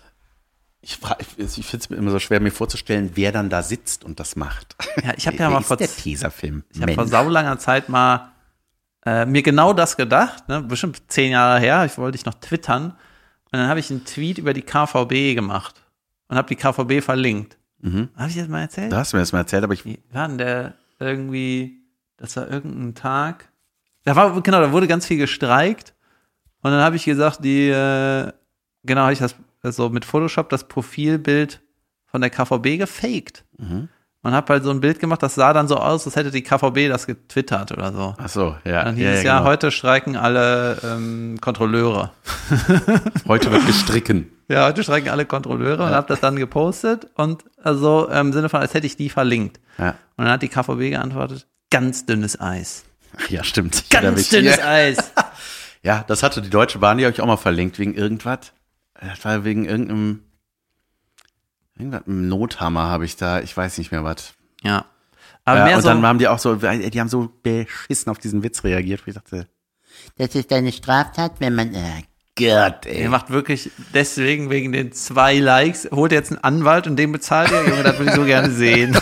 S1: Ich finde es immer so schwer, mir vorzustellen, wer dann da sitzt und das macht.
S2: Ja, ich habe ja mal vor
S1: der Tesafilm.
S2: Ich habe vor saulanger Zeit mal mir genau das gedacht, ne? Bestimmt 10 Jahre her. Ich wollte noch twittern. Und dann habe ich einen Tweet über die KVB gemacht und habe die KVB verlinkt. Habe ich das mal erzählt?
S1: Da hast du mir das mal erzählt, aber ich.
S2: Wie war denn der irgendwie, das war irgendein Tag. Da wurde ganz viel gestreikt. Und dann habe ich gesagt, habe ich das so mit Photoshop das Profilbild von der KVB gefaked. Und habe halt so ein Bild gemacht, das sah dann so aus, als hätte die KVB das getwittert oder so.
S1: Ach so, ja.
S2: Dann hieß es
S1: genau.
S2: heute streiken alle Kontrolleure.
S1: Heute wird gestrichen.
S2: Ja, heute streiken alle Kontrolleure und habe das dann gepostet und also im Sinne von, als hätte ich die verlinkt.
S1: Ja.
S2: Und dann hat die KVB geantwortet, ganz dünnes Eis.
S1: Ach ja, stimmt.
S2: Ganz dünnes Eis.
S1: Ja, das hatte die Deutsche Bahn, die habe ich auch mal verlinkt, wegen irgendwas. Das war wegen irgendeinem Nothammer habe ich da, ich weiß nicht mehr was.
S2: Ja. Aber mehr
S1: und
S2: so,
S1: dann haben die auch so, die haben so beschissen auf diesen Witz reagiert, wo ich dachte,
S3: Das ist eine Straftat, wenn man... Gott,
S2: ihr macht wirklich deswegen, wegen den 2 Likes, holt jetzt einen Anwalt und den bezahlt ihr, Junge, das würde ich so gerne sehen.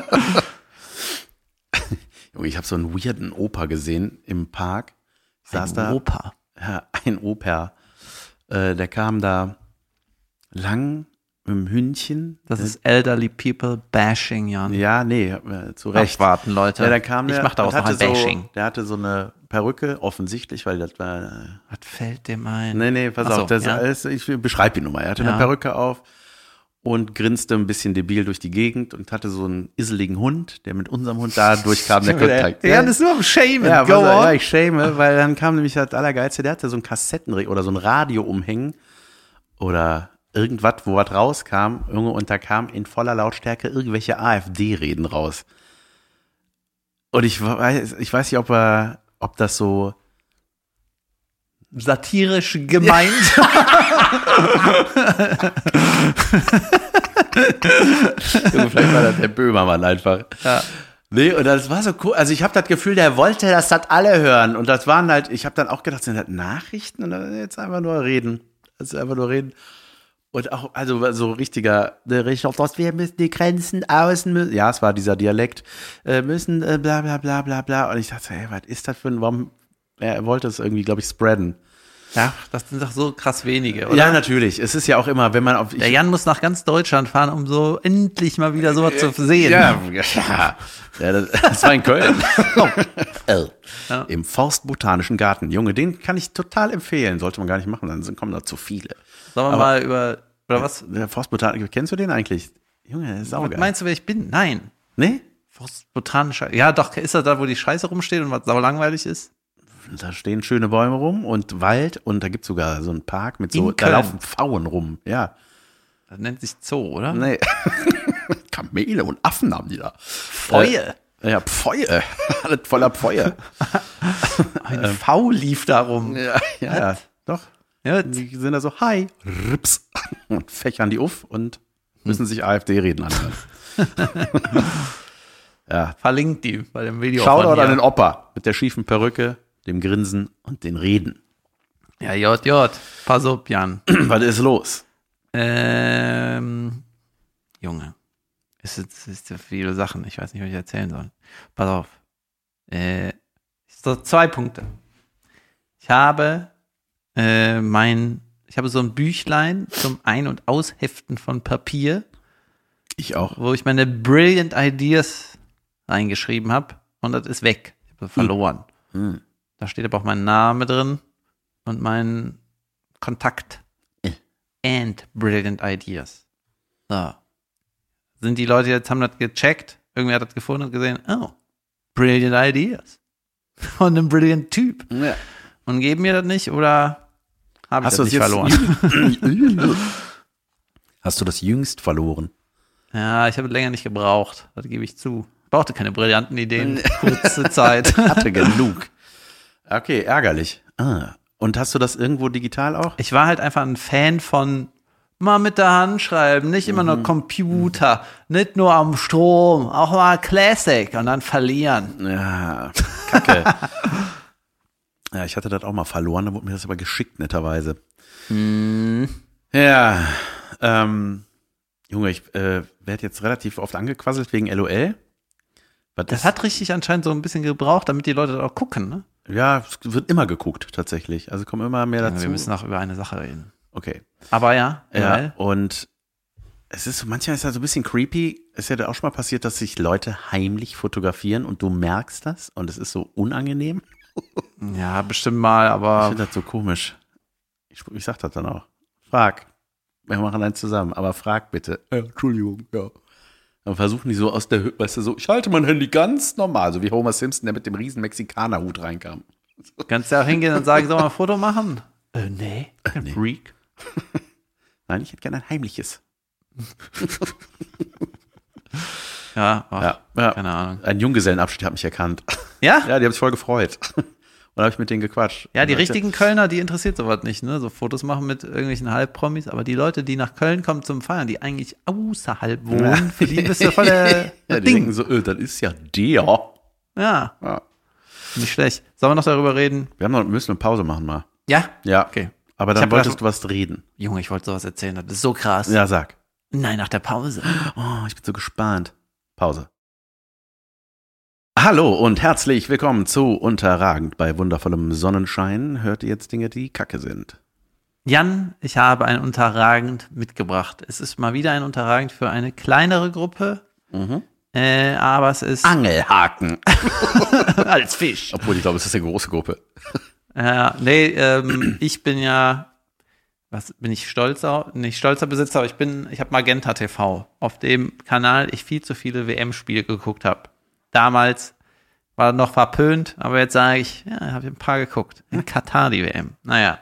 S1: Junge, ich habe so einen weirden Opa gesehen im Park. Ich saß da.
S2: Opa.
S1: Ja, ein Opa. Der kam da lang mit dem Hündchen.
S2: Das ist Elderly People Bashing, Jan.
S1: Ja, nee, zu Recht.
S2: Abwarten, Leute.
S1: Ja, dann kam
S2: ich
S1: der
S2: mach daraus
S1: und
S2: noch ein
S1: hatte
S2: Bashing.
S1: Der hatte so eine Perücke, offensichtlich, weil das war.
S2: Was fällt dem ein?
S1: Nee, pass
S2: Ach so,
S1: auf, das
S2: ja.
S1: alles, ich beschreibe ihn nur mal. Er hatte
S2: Ja.
S1: eine Perücke auf und grinste ein bisschen debil durch die Gegend und hatte so einen isseligen Hund, der mit unserem Hund da durchkam, der Kontakt.
S2: Jan ist nur am Shamen.
S1: Ja,
S2: Go on.
S1: ja, ich schäme, weil dann kam nämlich das Allergeilste, der hatte so ein Kassettenrekorder oder so ein Radio umhängen oder irgendwas, wo was rauskam, und da kam in voller Lautstärke irgendwelche AfD-Reden raus. Und ich weiß nicht, ob das so
S2: Satirisch gemeint.
S1: vielleicht war das der Böhmermann einfach.
S2: Ja.
S1: Nee, und das war so cool. Also ich habe das Gefühl, der wollte, dass das alle hören. Und das waren halt, ich habe dann auch gedacht, sind das Nachrichten? Und dann jetzt einfach nur reden. Und auch, also so richtiger, wir müssen die Grenzen außen müssen. Ja, es war dieser Dialekt. Müssen bla bla bla bla bla. Und ich dachte, ey, was ist das für ein, warum, er wollte es irgendwie, glaube ich, spreaden.
S2: Ja, das sind doch so krass wenige, oder?
S1: Ja, natürlich. Es ist ja auch immer, wenn man auf...
S2: Der Jan muss nach ganz Deutschland fahren, um so endlich mal wieder sowas zu sehen.
S1: Ja, das war in Köln.
S2: Ja.
S1: Im Forstbotanischen Garten. Junge, den kann ich total empfehlen. Sollte man gar nicht machen, dann kommen da zu viele.
S2: Sollen wir mal über, oder was?
S1: Der Forstbotaniker, kennst du den eigentlich? Junge, der ist saugeil.
S2: Meinst du, wer ich bin? Nein.
S1: Nee?
S2: Forstbotanischer. Ja, doch, ist das da, wo die Scheiße rumsteht und was saulangweilig ist?
S1: Da stehen schöne Bäume rum und Wald und da gibt's sogar so einen Park mit so,
S2: In
S1: da
S2: Köln.
S1: laufen Pfauen rum. Ja.
S2: Das nennt sich Zoo, oder?
S1: Nee. Kamele und Affen haben die da.
S2: Feuer.
S1: Ja, Pfeue. Alles voller Pfeue.
S2: Ein V lief da rum.
S1: Ja, doch.
S2: Ja,
S1: Die sind da so, hi, rips, und fächern die auf und müssen sich AfD-Reden anhören.
S2: verlinkt die bei dem Video.
S1: Shoutout
S2: von
S1: an
S2: hier.
S1: den Opa mit der schiefen Perücke, dem Grinsen und den Reden.
S2: Ja, pass auf, Jan.
S1: Was ist los?
S2: Junge. Es ist ja viele Sachen. Ich weiß nicht, was ich erzählen soll. Pass auf. So 2 Punkte. Ich habe so ein Büchlein zum Ein- und Ausheften von Papier,
S1: Ich auch.
S2: wo ich meine Brilliant Ideas reingeschrieben habe und das ist weg. Ich habe verloren. Da steht aber auch mein Name drin und mein Kontakt. And Brilliant Ideas. So. Sind die Leute jetzt, haben das gecheckt, irgendwer hat das gefunden und gesehen, oh, Brilliant Ideas. Von einem Brilliant Typ.
S1: Ja.
S2: Und geben mir das nicht oder habe ich
S1: Hast
S2: das
S1: du
S2: nicht
S1: es
S2: verloren?
S1: Hast du das jüngst verloren?
S2: Ja, ich habe länger nicht gebraucht, das gebe ich zu. Ich brauchte keine brillanten Ideen, kurze Zeit.
S1: Hatte genug. Okay, ärgerlich. Und hast du das irgendwo digital auch?
S2: Ich war halt einfach ein Fan von mal mit der Hand schreiben, nicht immer nur Computer, nicht nur am Strom, auch mal Classic und dann verlieren.
S1: Ja, kacke. Ja, ich hatte das auch mal verloren, da wurde mir das aber geschickt, netterweise. Ja, Junge, ich werde jetzt relativ oft angequasselt wegen LOL.
S2: Das hat richtig anscheinend so ein bisschen gebraucht, damit die Leute da auch gucken, ne?
S1: Ja, es wird immer geguckt, tatsächlich. Also kommen immer mehr dazu.
S2: Wir müssen auch über eine Sache reden.
S1: Okay.
S2: Aber ja,
S1: Ja, und es ist so, manchmal ist das so ein bisschen creepy. Es ist ja auch schon mal passiert, dass sich Leute heimlich fotografieren und du merkst das und es ist so unangenehm.
S2: Ja, bestimmt mal,
S1: Ich
S2: aber
S1: finde das so komisch. Ich sag das dann auch. Frag. Wir machen eins zusammen, aber frag bitte. Entschuldigung, ja. Dann versuchen die so aus der Höhe, weißt du, so, ich halte mein Handy ganz normal, so wie Homer Simpson, der mit dem riesen Mexikanerhut reinkam.
S2: kannst du auch hingehen und sagen, soll mal ein Foto machen? Nee, kein Freak.
S1: Nein, ich hätte gerne ein heimliches.
S2: Ja, ach,
S1: Ja.
S2: keine Ahnung.
S1: Ein Junggesellenabschied hat mich erkannt.
S2: Ja?
S1: Ja, die haben sich voll gefreut. Und habe ich mit denen gequatscht.
S2: Ja, die
S1: Und
S2: richtigen Kölner, die interessiert sowas nicht, ne? So Fotos machen mit irgendwelchen Halbpromis, aber die Leute, die nach Köln kommen zum Feiern, die eigentlich außerhalb wohnen, für die bist du voll der
S1: ja, die
S2: Ding.
S1: denken so, das ist ja der.
S2: Ja,
S1: Ja.
S2: nicht schlecht. Sollen wir noch darüber reden?
S1: Wir müssen eine Pause machen mal.
S2: Ja?
S1: Ja.
S2: Okay.
S1: Aber
S2: Ich
S1: dann
S2: hab
S1: wolltest du was reden.
S2: Junge, ich wollte sowas erzählen, das ist so krass.
S1: Ja, sag.
S2: Nein, nach der Pause.
S1: Oh, ich bin so gespannt. Pause. Hallo und herzlich willkommen zu Unterragend. Bei wundervollem Sonnenschein hört ihr jetzt Dinge, die kacke sind.
S2: Jan, ich habe ein Unterragend mitgebracht. Es ist mal wieder ein Unterragend für eine kleinere Gruppe, aber es ist
S1: Angelhaken.
S2: als Fisch.
S1: Obwohl, ich glaube, es ist eine große Gruppe.
S2: Ich bin ja, was bin ich stolzer? Nicht stolzer Besitzer, aber ich habe Magenta TV, auf dem Kanal ich viel zu viele WM-Spiele geguckt habe. Damals war noch verpönt, aber jetzt sage ich, ja, habe ich ein paar geguckt. In Katar die WM. Naja.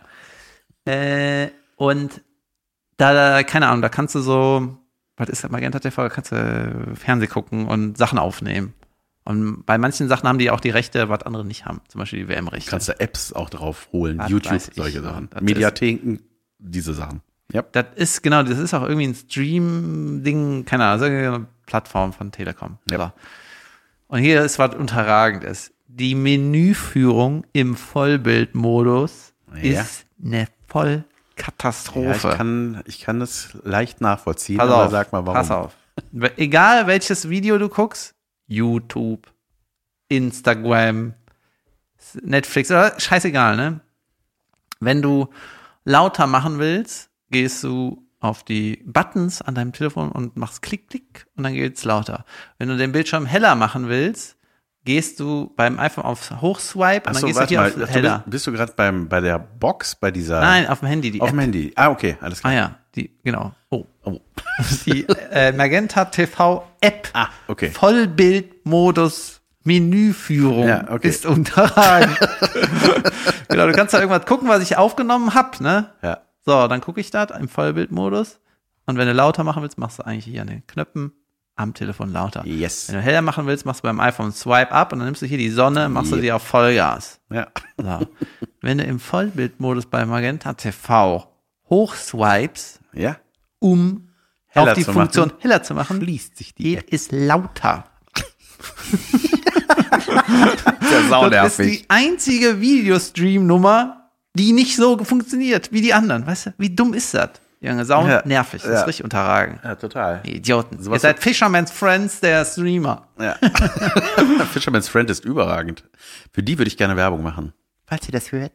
S2: Und da, keine Ahnung, da kannst du so, was ist das, Magenta TV, da kannst du Fernsehen gucken und Sachen aufnehmen. Und bei manchen Sachen haben die auch die Rechte, was andere nicht haben. Zum Beispiel die WM-Rechte.
S1: Kannst du Apps auch drauf holen,
S2: Das
S1: YouTube,
S2: weiß ich.
S1: solche Sachen.
S2: Das
S1: Mediatheken, diese Sachen. Ja.
S2: Das ist auch irgendwie ein Stream-Ding, keine Ahnung, eine Plattform von Telekom.
S1: Ja.
S2: So. Und hier ist was Unterragendes. Die Menüführung im Vollbildmodus
S1: Ja.
S2: ist eine Vollkatastrophe.
S1: Ja, ich kann das leicht nachvollziehen,
S2: Pass
S1: aber
S2: auf,
S1: sag mal warum.
S2: pass auf. Egal welches Video du guckst, YouTube, Instagram, Netflix, oder scheißegal, ne? Wenn du lauter machen willst, gehst du auf die Buttons an deinem Telefon und machst Klick, Klick und dann geht's lauter. Wenn du den Bildschirm heller machen willst, gehst du beim iPhone auf Hochswipe und dann gehst du hier auf heller.
S1: Bist du gerade bei der Box, bei dieser...
S2: Nein, auf dem Handy.
S1: Auf dem Handy. Ah, okay, alles klar.
S2: Ah ja, genau. Oh. Die Magenta TV App.
S1: Ah, okay.
S2: Vollbildmodus Menüführung ist unterragend. Genau, du kannst da irgendwas gucken, was ich aufgenommen habe, ne?
S1: Ja.
S2: So, dann gucke ich das im Vollbildmodus. Und wenn du lauter machen willst, machst du eigentlich hier an den Knöpfen am Telefon lauter.
S1: Yes.
S2: Wenn du heller machen willst, machst du beim iPhone Swipe up und dann nimmst du hier die Sonne, machst du die auf Vollgas.
S1: Ja.
S2: So. Wenn du im Vollbildmodus bei Magenta TV hochswipes, um
S1: heller
S2: auf die Funktion heller zu machen,
S1: schließt sich die App.
S2: ist lauter.
S1: Das
S2: ist die einzige Videostream-Nummer, die nicht so funktioniert wie die anderen. Weißt du, wie dumm ist das? Junge, nervig. Das ist richtig unterragend.
S1: Ja, total.
S2: Die Idioten. Ihr seid Fisherman's Friends der Streamer.
S1: Ja. Fisherman's Friend ist überragend. Für die würde ich gerne Werbung machen.
S3: Falls ihr das hört.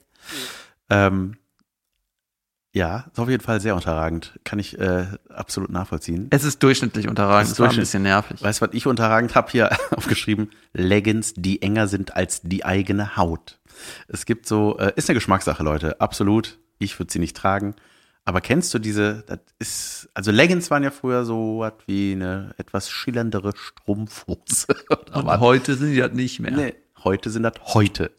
S1: Ja, ist auf jeden Fall sehr unterragend. Kann ich absolut nachvollziehen.
S2: Es ist durchschnittlich unterragend. Das war ein bisschen nervig.
S1: Weißt du, was ich unterragend habe hier aufgeschrieben? Leggings, die enger sind als die eigene Haut. Es gibt so, ist eine Geschmackssache, Leute. Absolut. Ich würde sie nicht tragen. Aber kennst du also Leggings waren ja früher so was wie eine etwas schillerndere Strumpfhose.
S2: Aber heute sind die das nicht mehr.
S1: Nee, heute sind das heute.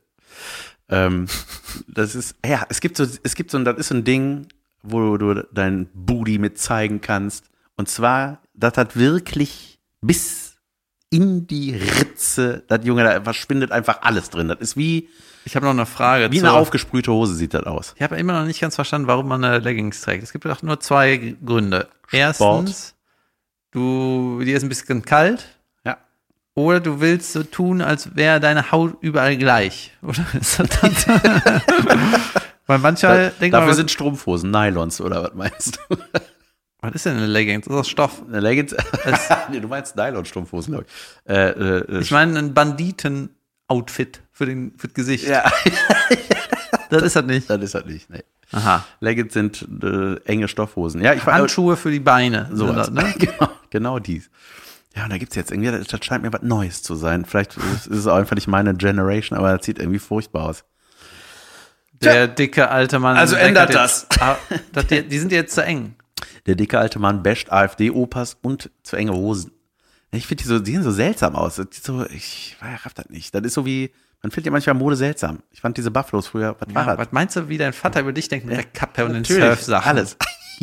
S1: Das ist, es gibt so, das ist so ein Ding, wo du dein Booty mit zeigen kannst. Und zwar, das hat wirklich bis in die Ritze, das Junge, da verschwindet einfach alles drin. Das ist wie...
S2: Ich habe noch eine Frage.
S1: Wie eine aufgesprühte Hose sieht das aus.
S2: Ich habe immer noch nicht ganz verstanden, warum man eine Leggings trägt. Es gibt doch nur zwei Gründe. Erstens, dir ist ein bisschen kalt.
S1: Ja.
S2: Oder du willst so tun, als wäre deine Haut überall gleich. Oder ist das Weil manchmal denkt man,
S1: dafür sind Strumpfhosen, Nylons oder was meinst du?
S2: Was ist denn eine Leggings? Ist das Stoff?
S1: Eine Leggings? Nee, du meinst Nylon-Strumpfhosen, glaube ich.
S2: Ich meine ein Banditen-Outfit für das Gesicht.
S1: Ja.
S2: Das ist das nicht.
S1: Das ist das nicht, nee.
S2: Aha.
S1: Leggings sind enge Stoffhosen. Ja,
S2: Handschuhe für die Beine.
S1: So
S2: das, ne?
S1: Genau dies. Ja, und da gibt's jetzt irgendwie, das scheint mir was Neues zu sein. Vielleicht ist es auch einfach nicht meine Generation, aber das sieht irgendwie furchtbar aus.
S2: Der dicke alte Mann.
S1: Also ändert das.
S2: Die sind jetzt zu eng.
S1: Der dicke alte Mann basht AfD-Opas und zu enge Hosen. Ich finde, die sehen so seltsam aus. Ich raff das nicht. Das ist so wie, man findet ja manchmal Mode seltsam. Ich fand diese Bufflos früher, was war das?
S2: Was meinst du, wie dein Vater über dich denkt mit der Kappe und den Surfsachen?
S1: Alles.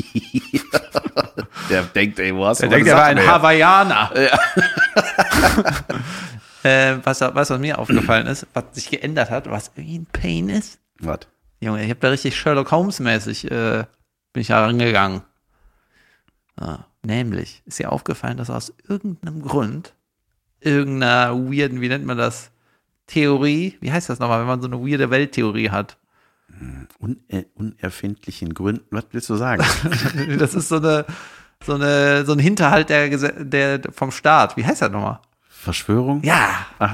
S1: Der denkt, ey, wo hast du?
S2: Der denkt, er war ein Hawaiianer. Ja. Was mir aufgefallen ist, was sich geändert hat, was irgendwie ein Pain ist.
S1: Was?
S2: Junge, ich habe da richtig Sherlock Holmes-mäßig bin ich herangegangen. Nämlich ist dir aufgefallen, dass aus irgendeinem Grund, irgendeiner weirden, wie nennt man das, Theorie, wie heißt das nochmal, wenn man so eine weirde Welttheorie hat?
S1: Unerfindlichen Gründen, was willst du sagen?
S2: Das ist so ein Hinterhalt der vom Staat. Wie heißt das nochmal?
S1: Verschwörung?
S2: Ja.
S1: Ach,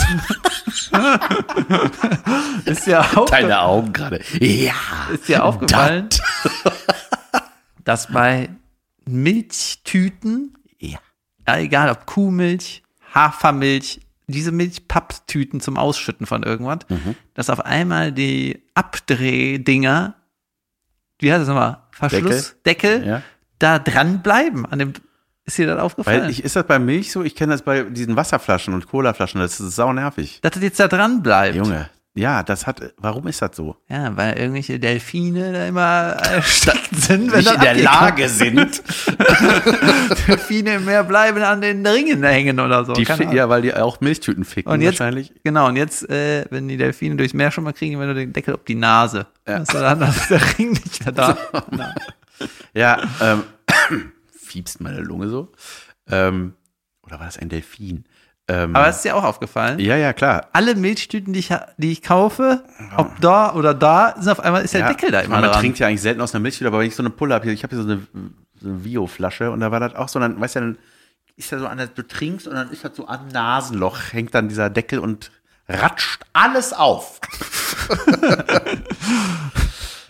S2: Ist ja auch.
S1: Deine Augen gerade. Ja.
S2: Ist dir aufgefallen, dass bei Milchtüten, ja, egal ob Kuhmilch, Hafermilch, diese Milchpapptüten zum Ausschütten von irgendwas, dass auf einmal die Abdrehdinger, wie heißt das nochmal, Verschlussdeckel, da dran bleiben. Ist dir das aufgefallen?
S1: Ist das bei Milch so? Ich kenne das bei diesen Wasserflaschen und Colaflaschen, das ist sau nervig.
S2: Dass das jetzt da dran bleibt.
S1: Junge, ja, warum ist das so?
S2: Ja, weil irgendwelche Delfine da immer erstickt sind, wenn
S1: nicht in der Lage sind.
S2: Delfine im Meer bleiben an den Ringen hängen oder so.
S1: Ja, weil die auch Milchtüten ficken
S2: und jetzt,
S1: wahrscheinlich.
S2: Genau, und jetzt, wenn die Delfine durchs Meer schon mal kriegen, wenn du den Deckel auf die Nase. Ja. Dann ist der Ring nicht mehr da.
S1: Ja, fiebst meine Lunge so. Oder war das ein Delfin?
S2: Aber es ist dir auch aufgefallen?
S1: Ja, klar.
S2: Alle Milchtüten, die ich kaufe, ob da oder da, ist auf einmal der Deckel da immer dran.
S1: Man trinkt ja eigentlich selten aus einer Milchtüte, aber wenn ich so eine Pulle habe, ich habe hier so eine Vio-Flasche und da war das auch so, dann, weißt du, dann ist ja so du trinkst und dann ist das so am Nasenloch, hängt dann dieser Deckel und ratscht alles auf.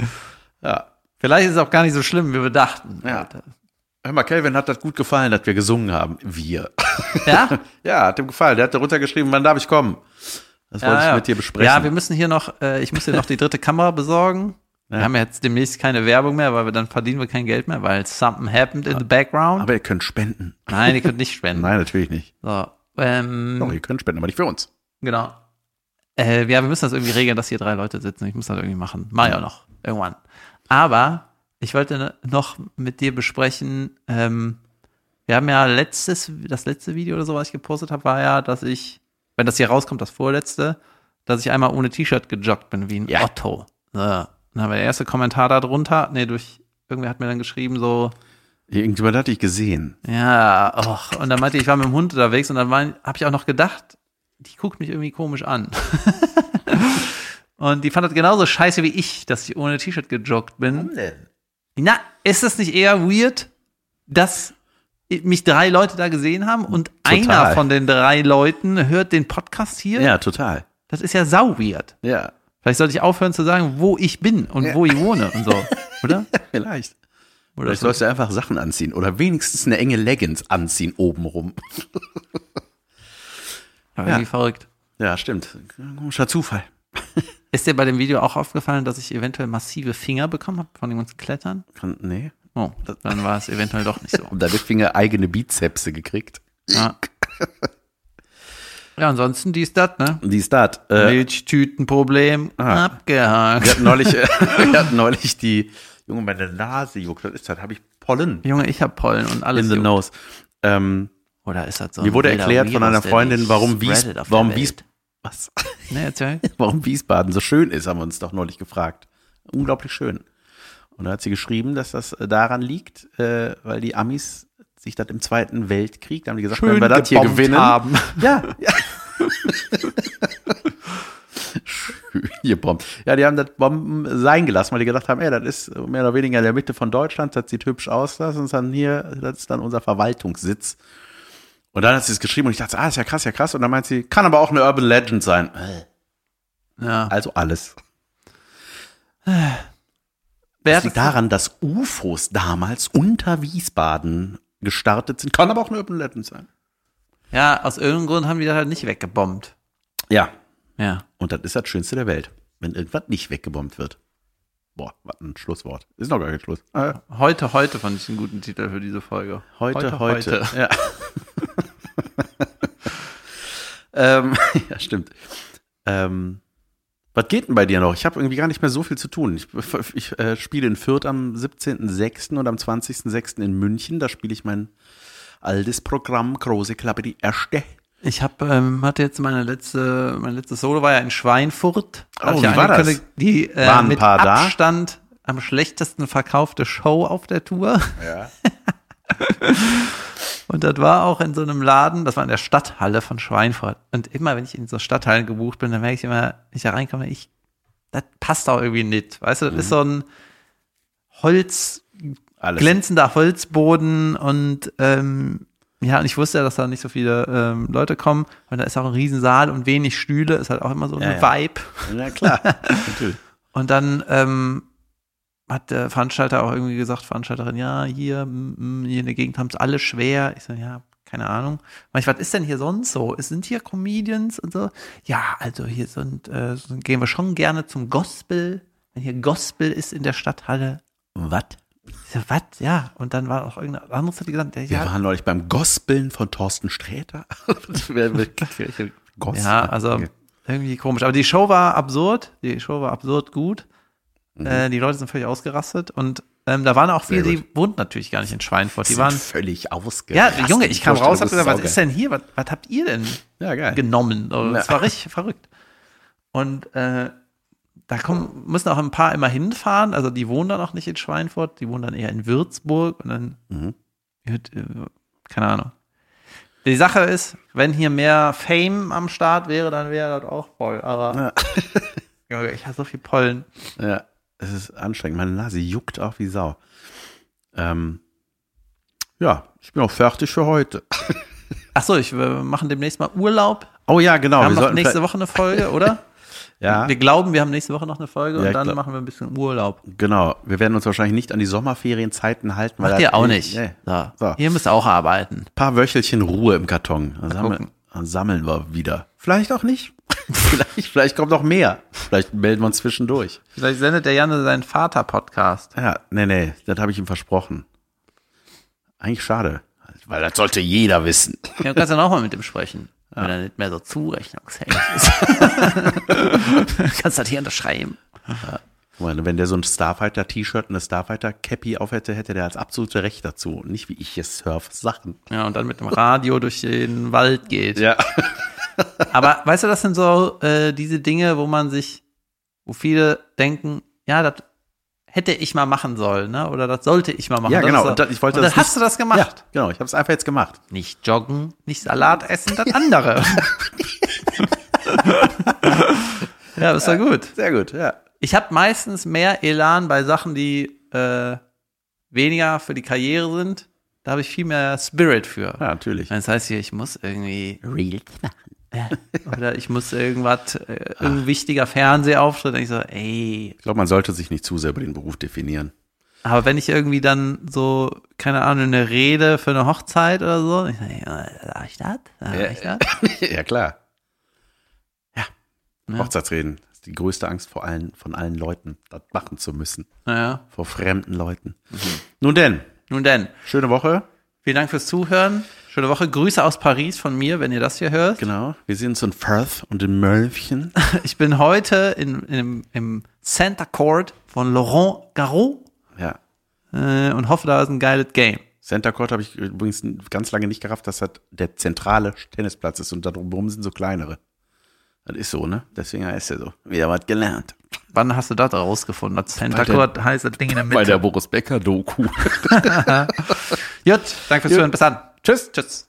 S2: Vielleicht ist es auch gar nicht so schlimm, wie wir dachten.
S1: Ja. Hör mal, Kelvin hat das gut gefallen, dass wir gesungen haben. Wir.
S2: Ja?
S1: Ja, hat ihm gefallen. Der hat darunter geschrieben, wann darf ich kommen? Das wollte ich mit dir besprechen.
S2: Ja, wir müssen hier noch, ich muss hier noch die 3. Kamera besorgen.
S1: Ja.
S2: Wir haben jetzt demnächst keine Werbung mehr, weil dann verdienen wir kein Geld mehr, weil something happened in the background.
S1: Aber ihr könnt spenden.
S2: Nein, ihr könnt nicht spenden.
S1: Nein, natürlich nicht.
S2: So,
S1: Doch, ihr könnt spenden, aber nicht für uns.
S2: genau. Ja, wir müssen das irgendwie regeln, dass hier 3 Leute sitzen. Ich muss das irgendwie machen. Mach ich auch noch. Irgendwann. Aber ich wollte noch mit dir besprechen, wir haben ja das letzte Video oder so, was ich gepostet habe, war ja, dass ich, wenn das hier rauskommt, das vorletzte, dass ich einmal ohne T-Shirt gejoggt bin, wie ein Otto. So. Dann haben wir der erste Kommentar da drunter, irgendwer hat mir dann geschrieben so,
S1: Irgendjemand hatte ich gesehen.
S2: ja, und dann meinte ich war mit dem Hund unterwegs und dann habe ich auch noch gedacht, die guckt mich irgendwie komisch an. Und die fand das genauso scheiße wie ich, dass ich ohne T-Shirt gejoggt bin.
S1: Warum denn?
S2: Na, ist das nicht eher weird, dass mich 3 Leute da gesehen haben und einer von den 3 Leuten hört den Podcast hier?
S1: Ja, total.
S2: Das ist ja sau weird.
S1: Ja.
S2: Vielleicht sollte ich aufhören zu sagen, wo ich bin und wo ich wohne und so, oder?
S1: Vielleicht.
S2: Oder
S1: Vielleicht
S2: so.
S1: sollst du einfach Sachen anziehen oder wenigstens eine enge Leggings anziehen obenrum.
S2: Aber irgendwie verrückt.
S1: Ja, stimmt. Komischer Zufall.
S2: Ist dir bei dem Video auch aufgefallen, dass ich eventuell massive Finger bekommen habe von dem ganzen Klettern?
S1: Nee.
S2: Oh, dann war es eventuell doch nicht so.
S1: Und dadurch Finger eigene Bizepse gekriegt.
S2: Ja. Ja, ansonsten dies, das, ne?
S1: Dies, dat.
S2: Milchtütenproblem, abgehakt.
S1: Wir hatten neulich die, Junge, meine Nase juckt. Was ist das? Habe ich Pollen
S2: Junge, ich hab Pollen und alles
S1: in the
S2: juckt.
S1: nose?
S2: Oder ist das so?
S1: Mir wurde
S2: ein
S1: erklärt von einer
S2: Virus, der
S1: Freundin,
S2: sich
S1: warum
S2: spreadet auf der Welt?
S1: Was?
S2: Ne, erzähl.
S1: Warum Wiesbaden so schön ist, haben wir uns doch neulich gefragt. Unglaublich schön. Und da hat sie geschrieben, dass das daran liegt, weil die Amis sich das im Zweiten Weltkrieg, da haben die gesagt, wenn wir das hier
S2: gebombt
S1: gewinnen.
S2: haben.
S1: Ja. Schön gebombt. Ja, die haben das Bomben sein gelassen, weil die gedacht haben, das ist mehr oder weniger in der Mitte von Deutschland, das sieht hübsch aus, das ist dann unser Verwaltungssitz. Und dann hat sie es geschrieben und ich dachte, ist ja krass. Und dann meint sie, kann aber auch eine Urban Legend sein.
S2: Ja.
S1: Also alles.
S2: Wer
S1: Das liegt daran, dass UFOs damals unter Wiesbaden gestartet sind. Kann aber auch eine Urban Legend sein.
S2: Ja, aus irgendeinem Grund haben die das halt nicht weggebombt.
S1: Ja.
S2: Ja.
S1: Und das ist das Schönste der Welt, wenn irgendwas nicht weggebombt wird. Boah, was ein Schlusswort. Ist noch gar kein Schluss.
S2: Heute fand ich einen guten Titel für diese Folge.
S1: Heute. Ja. Ja, stimmt. Was geht denn bei dir noch? Ich habe irgendwie gar nicht mehr so viel zu tun. Ich spiele in Fürth am 17.06. und am 20.06. in München. Da spiele ich mein altes Programm, Große Klappe, die erste.
S2: Ich hatte jetzt mein letztes Solo war ja in Schweinfurt.
S1: Oh, wie war das?
S2: Die
S1: Waren ein
S2: mit
S1: paar da?
S2: Abstand am schlechtesten verkaufte Show auf der Tour.
S1: Ja.
S2: Und das war auch in so einem Laden, das war in der Stadthalle von Schweinfurt. Und immer, wenn ich in so Stadthallen gebucht bin, dann merke ich immer, wenn ich da reinkomme, das passt auch irgendwie nicht. Weißt du, das ist so ein glänzender Holzboden und ja, und ich wusste ja, dass da nicht so viele Leute kommen. Und da ist auch ein Riesensaal und wenig Stühle, ist halt auch immer so eine Vibe.
S1: Ja, klar. Natürlich.
S2: Und dann hat der Veranstalter auch irgendwie gesagt, Veranstalterin, ja, hier in der Gegend haben es alle schwer. Ich so, ja, keine Ahnung. Was ist denn hier sonst so? Sind hier Comedians und so? Ja, also hier gehen wir schon gerne zum Gospel. Wenn hier Gospel ist in der Stadthalle.
S1: Was?
S2: So, was? Ja, und dann war auch irgendein anderes, hat die gesagt,
S1: Wir waren neulich beim Gospeln von Thorsten Sträter.
S2: Ja, also irgendwie komisch. Aber die Show war absurd. Gut. Die Leute sind völlig ausgerastet und da waren auch viele, die wohnten natürlich gar nicht in Schweinfurt. Die waren
S1: völlig ausgerastet.
S2: Ja, Junge, ich kam raus, hab gesagt, was ist denn hier? Was habt ihr denn genommen? Das war richtig verrückt. Und müssen auch ein paar immer hinfahren. Also die wohnen dann auch nicht in Schweinfurt, die wohnen dann eher in Würzburg und dann keine Ahnung. Die Sache ist, wenn hier mehr Fame am Start wäre, dann wäre das auch voll. Aber Junge, ich habe so viel Pollen.
S1: Ja, es ist anstrengend. Meine Nase juckt auch wie Sau. Ja, ich bin auch fertig für heute.
S2: Achso, wir machen demnächst mal Urlaub.
S1: Oh ja, genau.
S2: Wir haben noch nächste Woche eine Folge, oder?
S1: Ja.
S2: Wir glauben, wir haben nächste Woche noch eine Folge
S1: Ja,
S2: und dann
S1: ich glaub-
S2: machen wir ein bisschen Urlaub.
S1: Genau. Wir werden uns wahrscheinlich nicht an die Sommerferienzeiten halten. Weil
S2: Macht ihr
S1: das-
S2: auch nicht.
S1: Nee.
S2: So.
S1: So.
S2: Ihr müsst auch arbeiten.
S1: Paar Wöchelchen Ruhe im Karton.
S2: gucken.
S1: Dann sammeln wir wieder. Vielleicht auch nicht. vielleicht kommt noch mehr. Vielleicht melden wir uns zwischendurch.
S2: Vielleicht sendet der Janne seinen Vater-Podcast.
S1: Ja, nee, das habe ich ihm versprochen. Eigentlich schade. Weil das sollte jeder wissen.
S2: Ja, du kannst dann auch mal mit ihm sprechen. Wenn er nicht mehr so zurechnungsfähig ist. Kannst das hier unterschreiben.
S1: Ich meine, wenn der so ein Starfighter-T-Shirt und eine Starfighter-Cappy auf hätte, hätte der als absolute Recht dazu. Und nicht wie ich es Surf-Sachen.
S2: Ja, und dann mit dem Radio durch den Wald geht.
S1: Ja.
S2: Aber weißt du, das sind so diese Dinge, wo viele denken, ja, das hätte ich mal machen sollen, ne? Oder das sollte ich mal machen.
S1: Ja,
S2: Das
S1: genau.
S2: ist so-
S1: Und ich wollte
S2: und
S1: das
S2: dann hast du das gemacht.
S1: Ja, genau. Ich habe es einfach jetzt gemacht.
S2: Nicht joggen, nicht Salat essen, das andere. Ja, das ist ja gut.
S1: Sehr gut, ja.
S2: Ich habe meistens mehr Elan bei Sachen, die weniger für die Karriere sind. Da habe ich viel mehr Spirit für.
S1: Ja, natürlich.
S2: Das heißt hier, ich muss irgendwie
S3: Reels machen.
S2: oder ich muss irgendwas, irgendein wichtiger Fernsehauftritt. Und ich so, ey.
S1: Ich glaube, man sollte sich nicht zu sehr über den Beruf definieren.
S2: Aber wenn ich irgendwie dann so, keine Ahnung, eine Rede für eine Hochzeit oder so, ich sage, sag ich das? Sag ich das?
S1: Ja, klar.
S2: Ja.
S1: Hochzeitsreden ist die größte Angst von allen Leuten, das machen zu müssen.
S2: Naja.
S1: Vor fremden Leuten. Nun denn,
S2: Nun denn,
S1: schöne Woche.
S2: vielen Dank fürs Zuhören. Schöne Woche. Grüße aus Paris von mir, wenn ihr das hier hört.
S1: Genau. Wir sehen uns in Firth und in Mölfchen.
S2: Ich bin heute im Center Court von Laurent Garros
S1: Ja.
S2: und hoffe, da ist ein geiles Game.
S1: Center Court habe ich übrigens ganz lange nicht gerafft, dass das der zentrale Tennisplatz ist und da drumherum sind so kleinere. Das ist so, ne? Deswegen heißt er so. Wieder was gelernt.
S2: Wann hast du das rausgefunden? Das Center
S1: Bei der-
S2: Court heißt das Ding in der Mitte.
S1: Bei der Boris Becker Doku.
S2: Gut, danke fürs Zuhören. Bis dann.
S1: Tschüss.
S2: Tschüss.